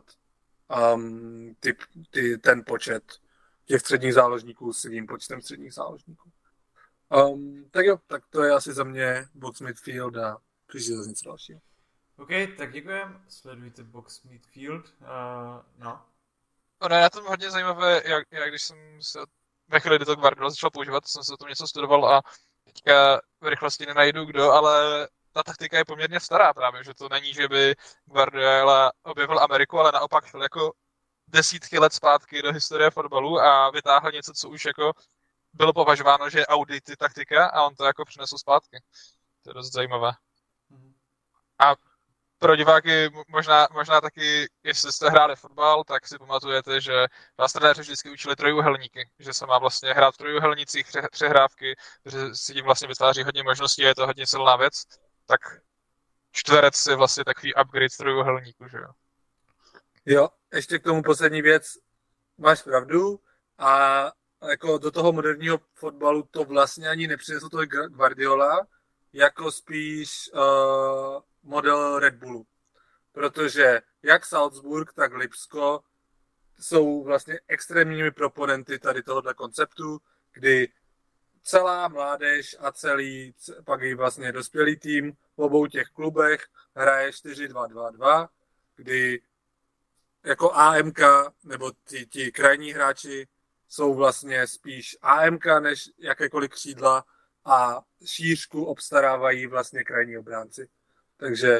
ten počet těch středních záložníků s svým počtem středních záložníků. Tak jo, tak to je asi za mě box midfield a příště zase nic dalšího. OK, tak děkujem. Sledujte box midfield. No. No, je na tom hodně zajímavé, jak když jsem se ve chvíli, kdy to Guardiola začal používat, jsem se o tom něco studoval a teďka v rychlosti nenajdu kdo, ale ta taktika je poměrně stará právě, že to není, že by Guardiola objevil Ameriku, ale naopak šel jako desítky let zpátky do historie fotbalu a vytáhl něco, co už jako bylo považováno, že je outdated taktika a on to jako přinesl zpátky. To je dost zajímavé. A pro diváky možná taky, jestli jste hráli fotbal, tak si pamatujete, že vás trenéři vždycky učili trojuhelníky, že se má vlastně hrát v trojuhelnících přehrávky, že si tím vlastně vytváří hodně možností, je to hodně silná věc, tak čtverec je vlastně takový upgrade trojuhelníku, že jo. Jo, ještě k tomu poslední věc, máš pravdu a jako do toho moderního fotbalu to vlastně ani nepřinesl toho Guardiola, jako spíš model Red Bullu. Protože jak Salzburg, tak Lipsko jsou vlastně extrémními proponenty tady tohoto konceptu, kdy celá mládež a pak i vlastně dospělý tým v obou těch klubech hraje 4-2-2-2, kdy jako AMK nebo ti krajní hráči jsou vlastně spíš AMK než jakékoliv křídla a šířku obstarávají vlastně krajní obránci. Takže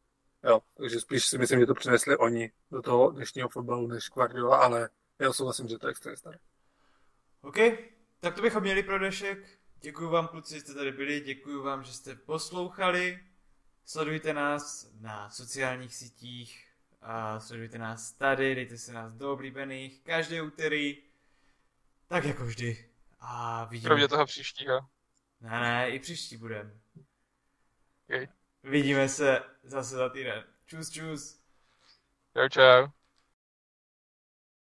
spíš si myslím, že to přinesli oni do toho dnešního fotbalu než Guardiola, ale já souhlasím, že to je extrémně staré. OK, tak to bychom měli pro dnešek. Děkuji vám, kluci, že jste tady byli, děkuji vám, že jste poslouchali. Sledujte nás na sociálních sítích a sledujte nás tady, dejte se nás do oblíbených každé úterý, tak jako vždy. A vidíme. Kromě toho příštího. Ne, i příští budem. Okay. Vidíme se zase za týden. Čus. Čau.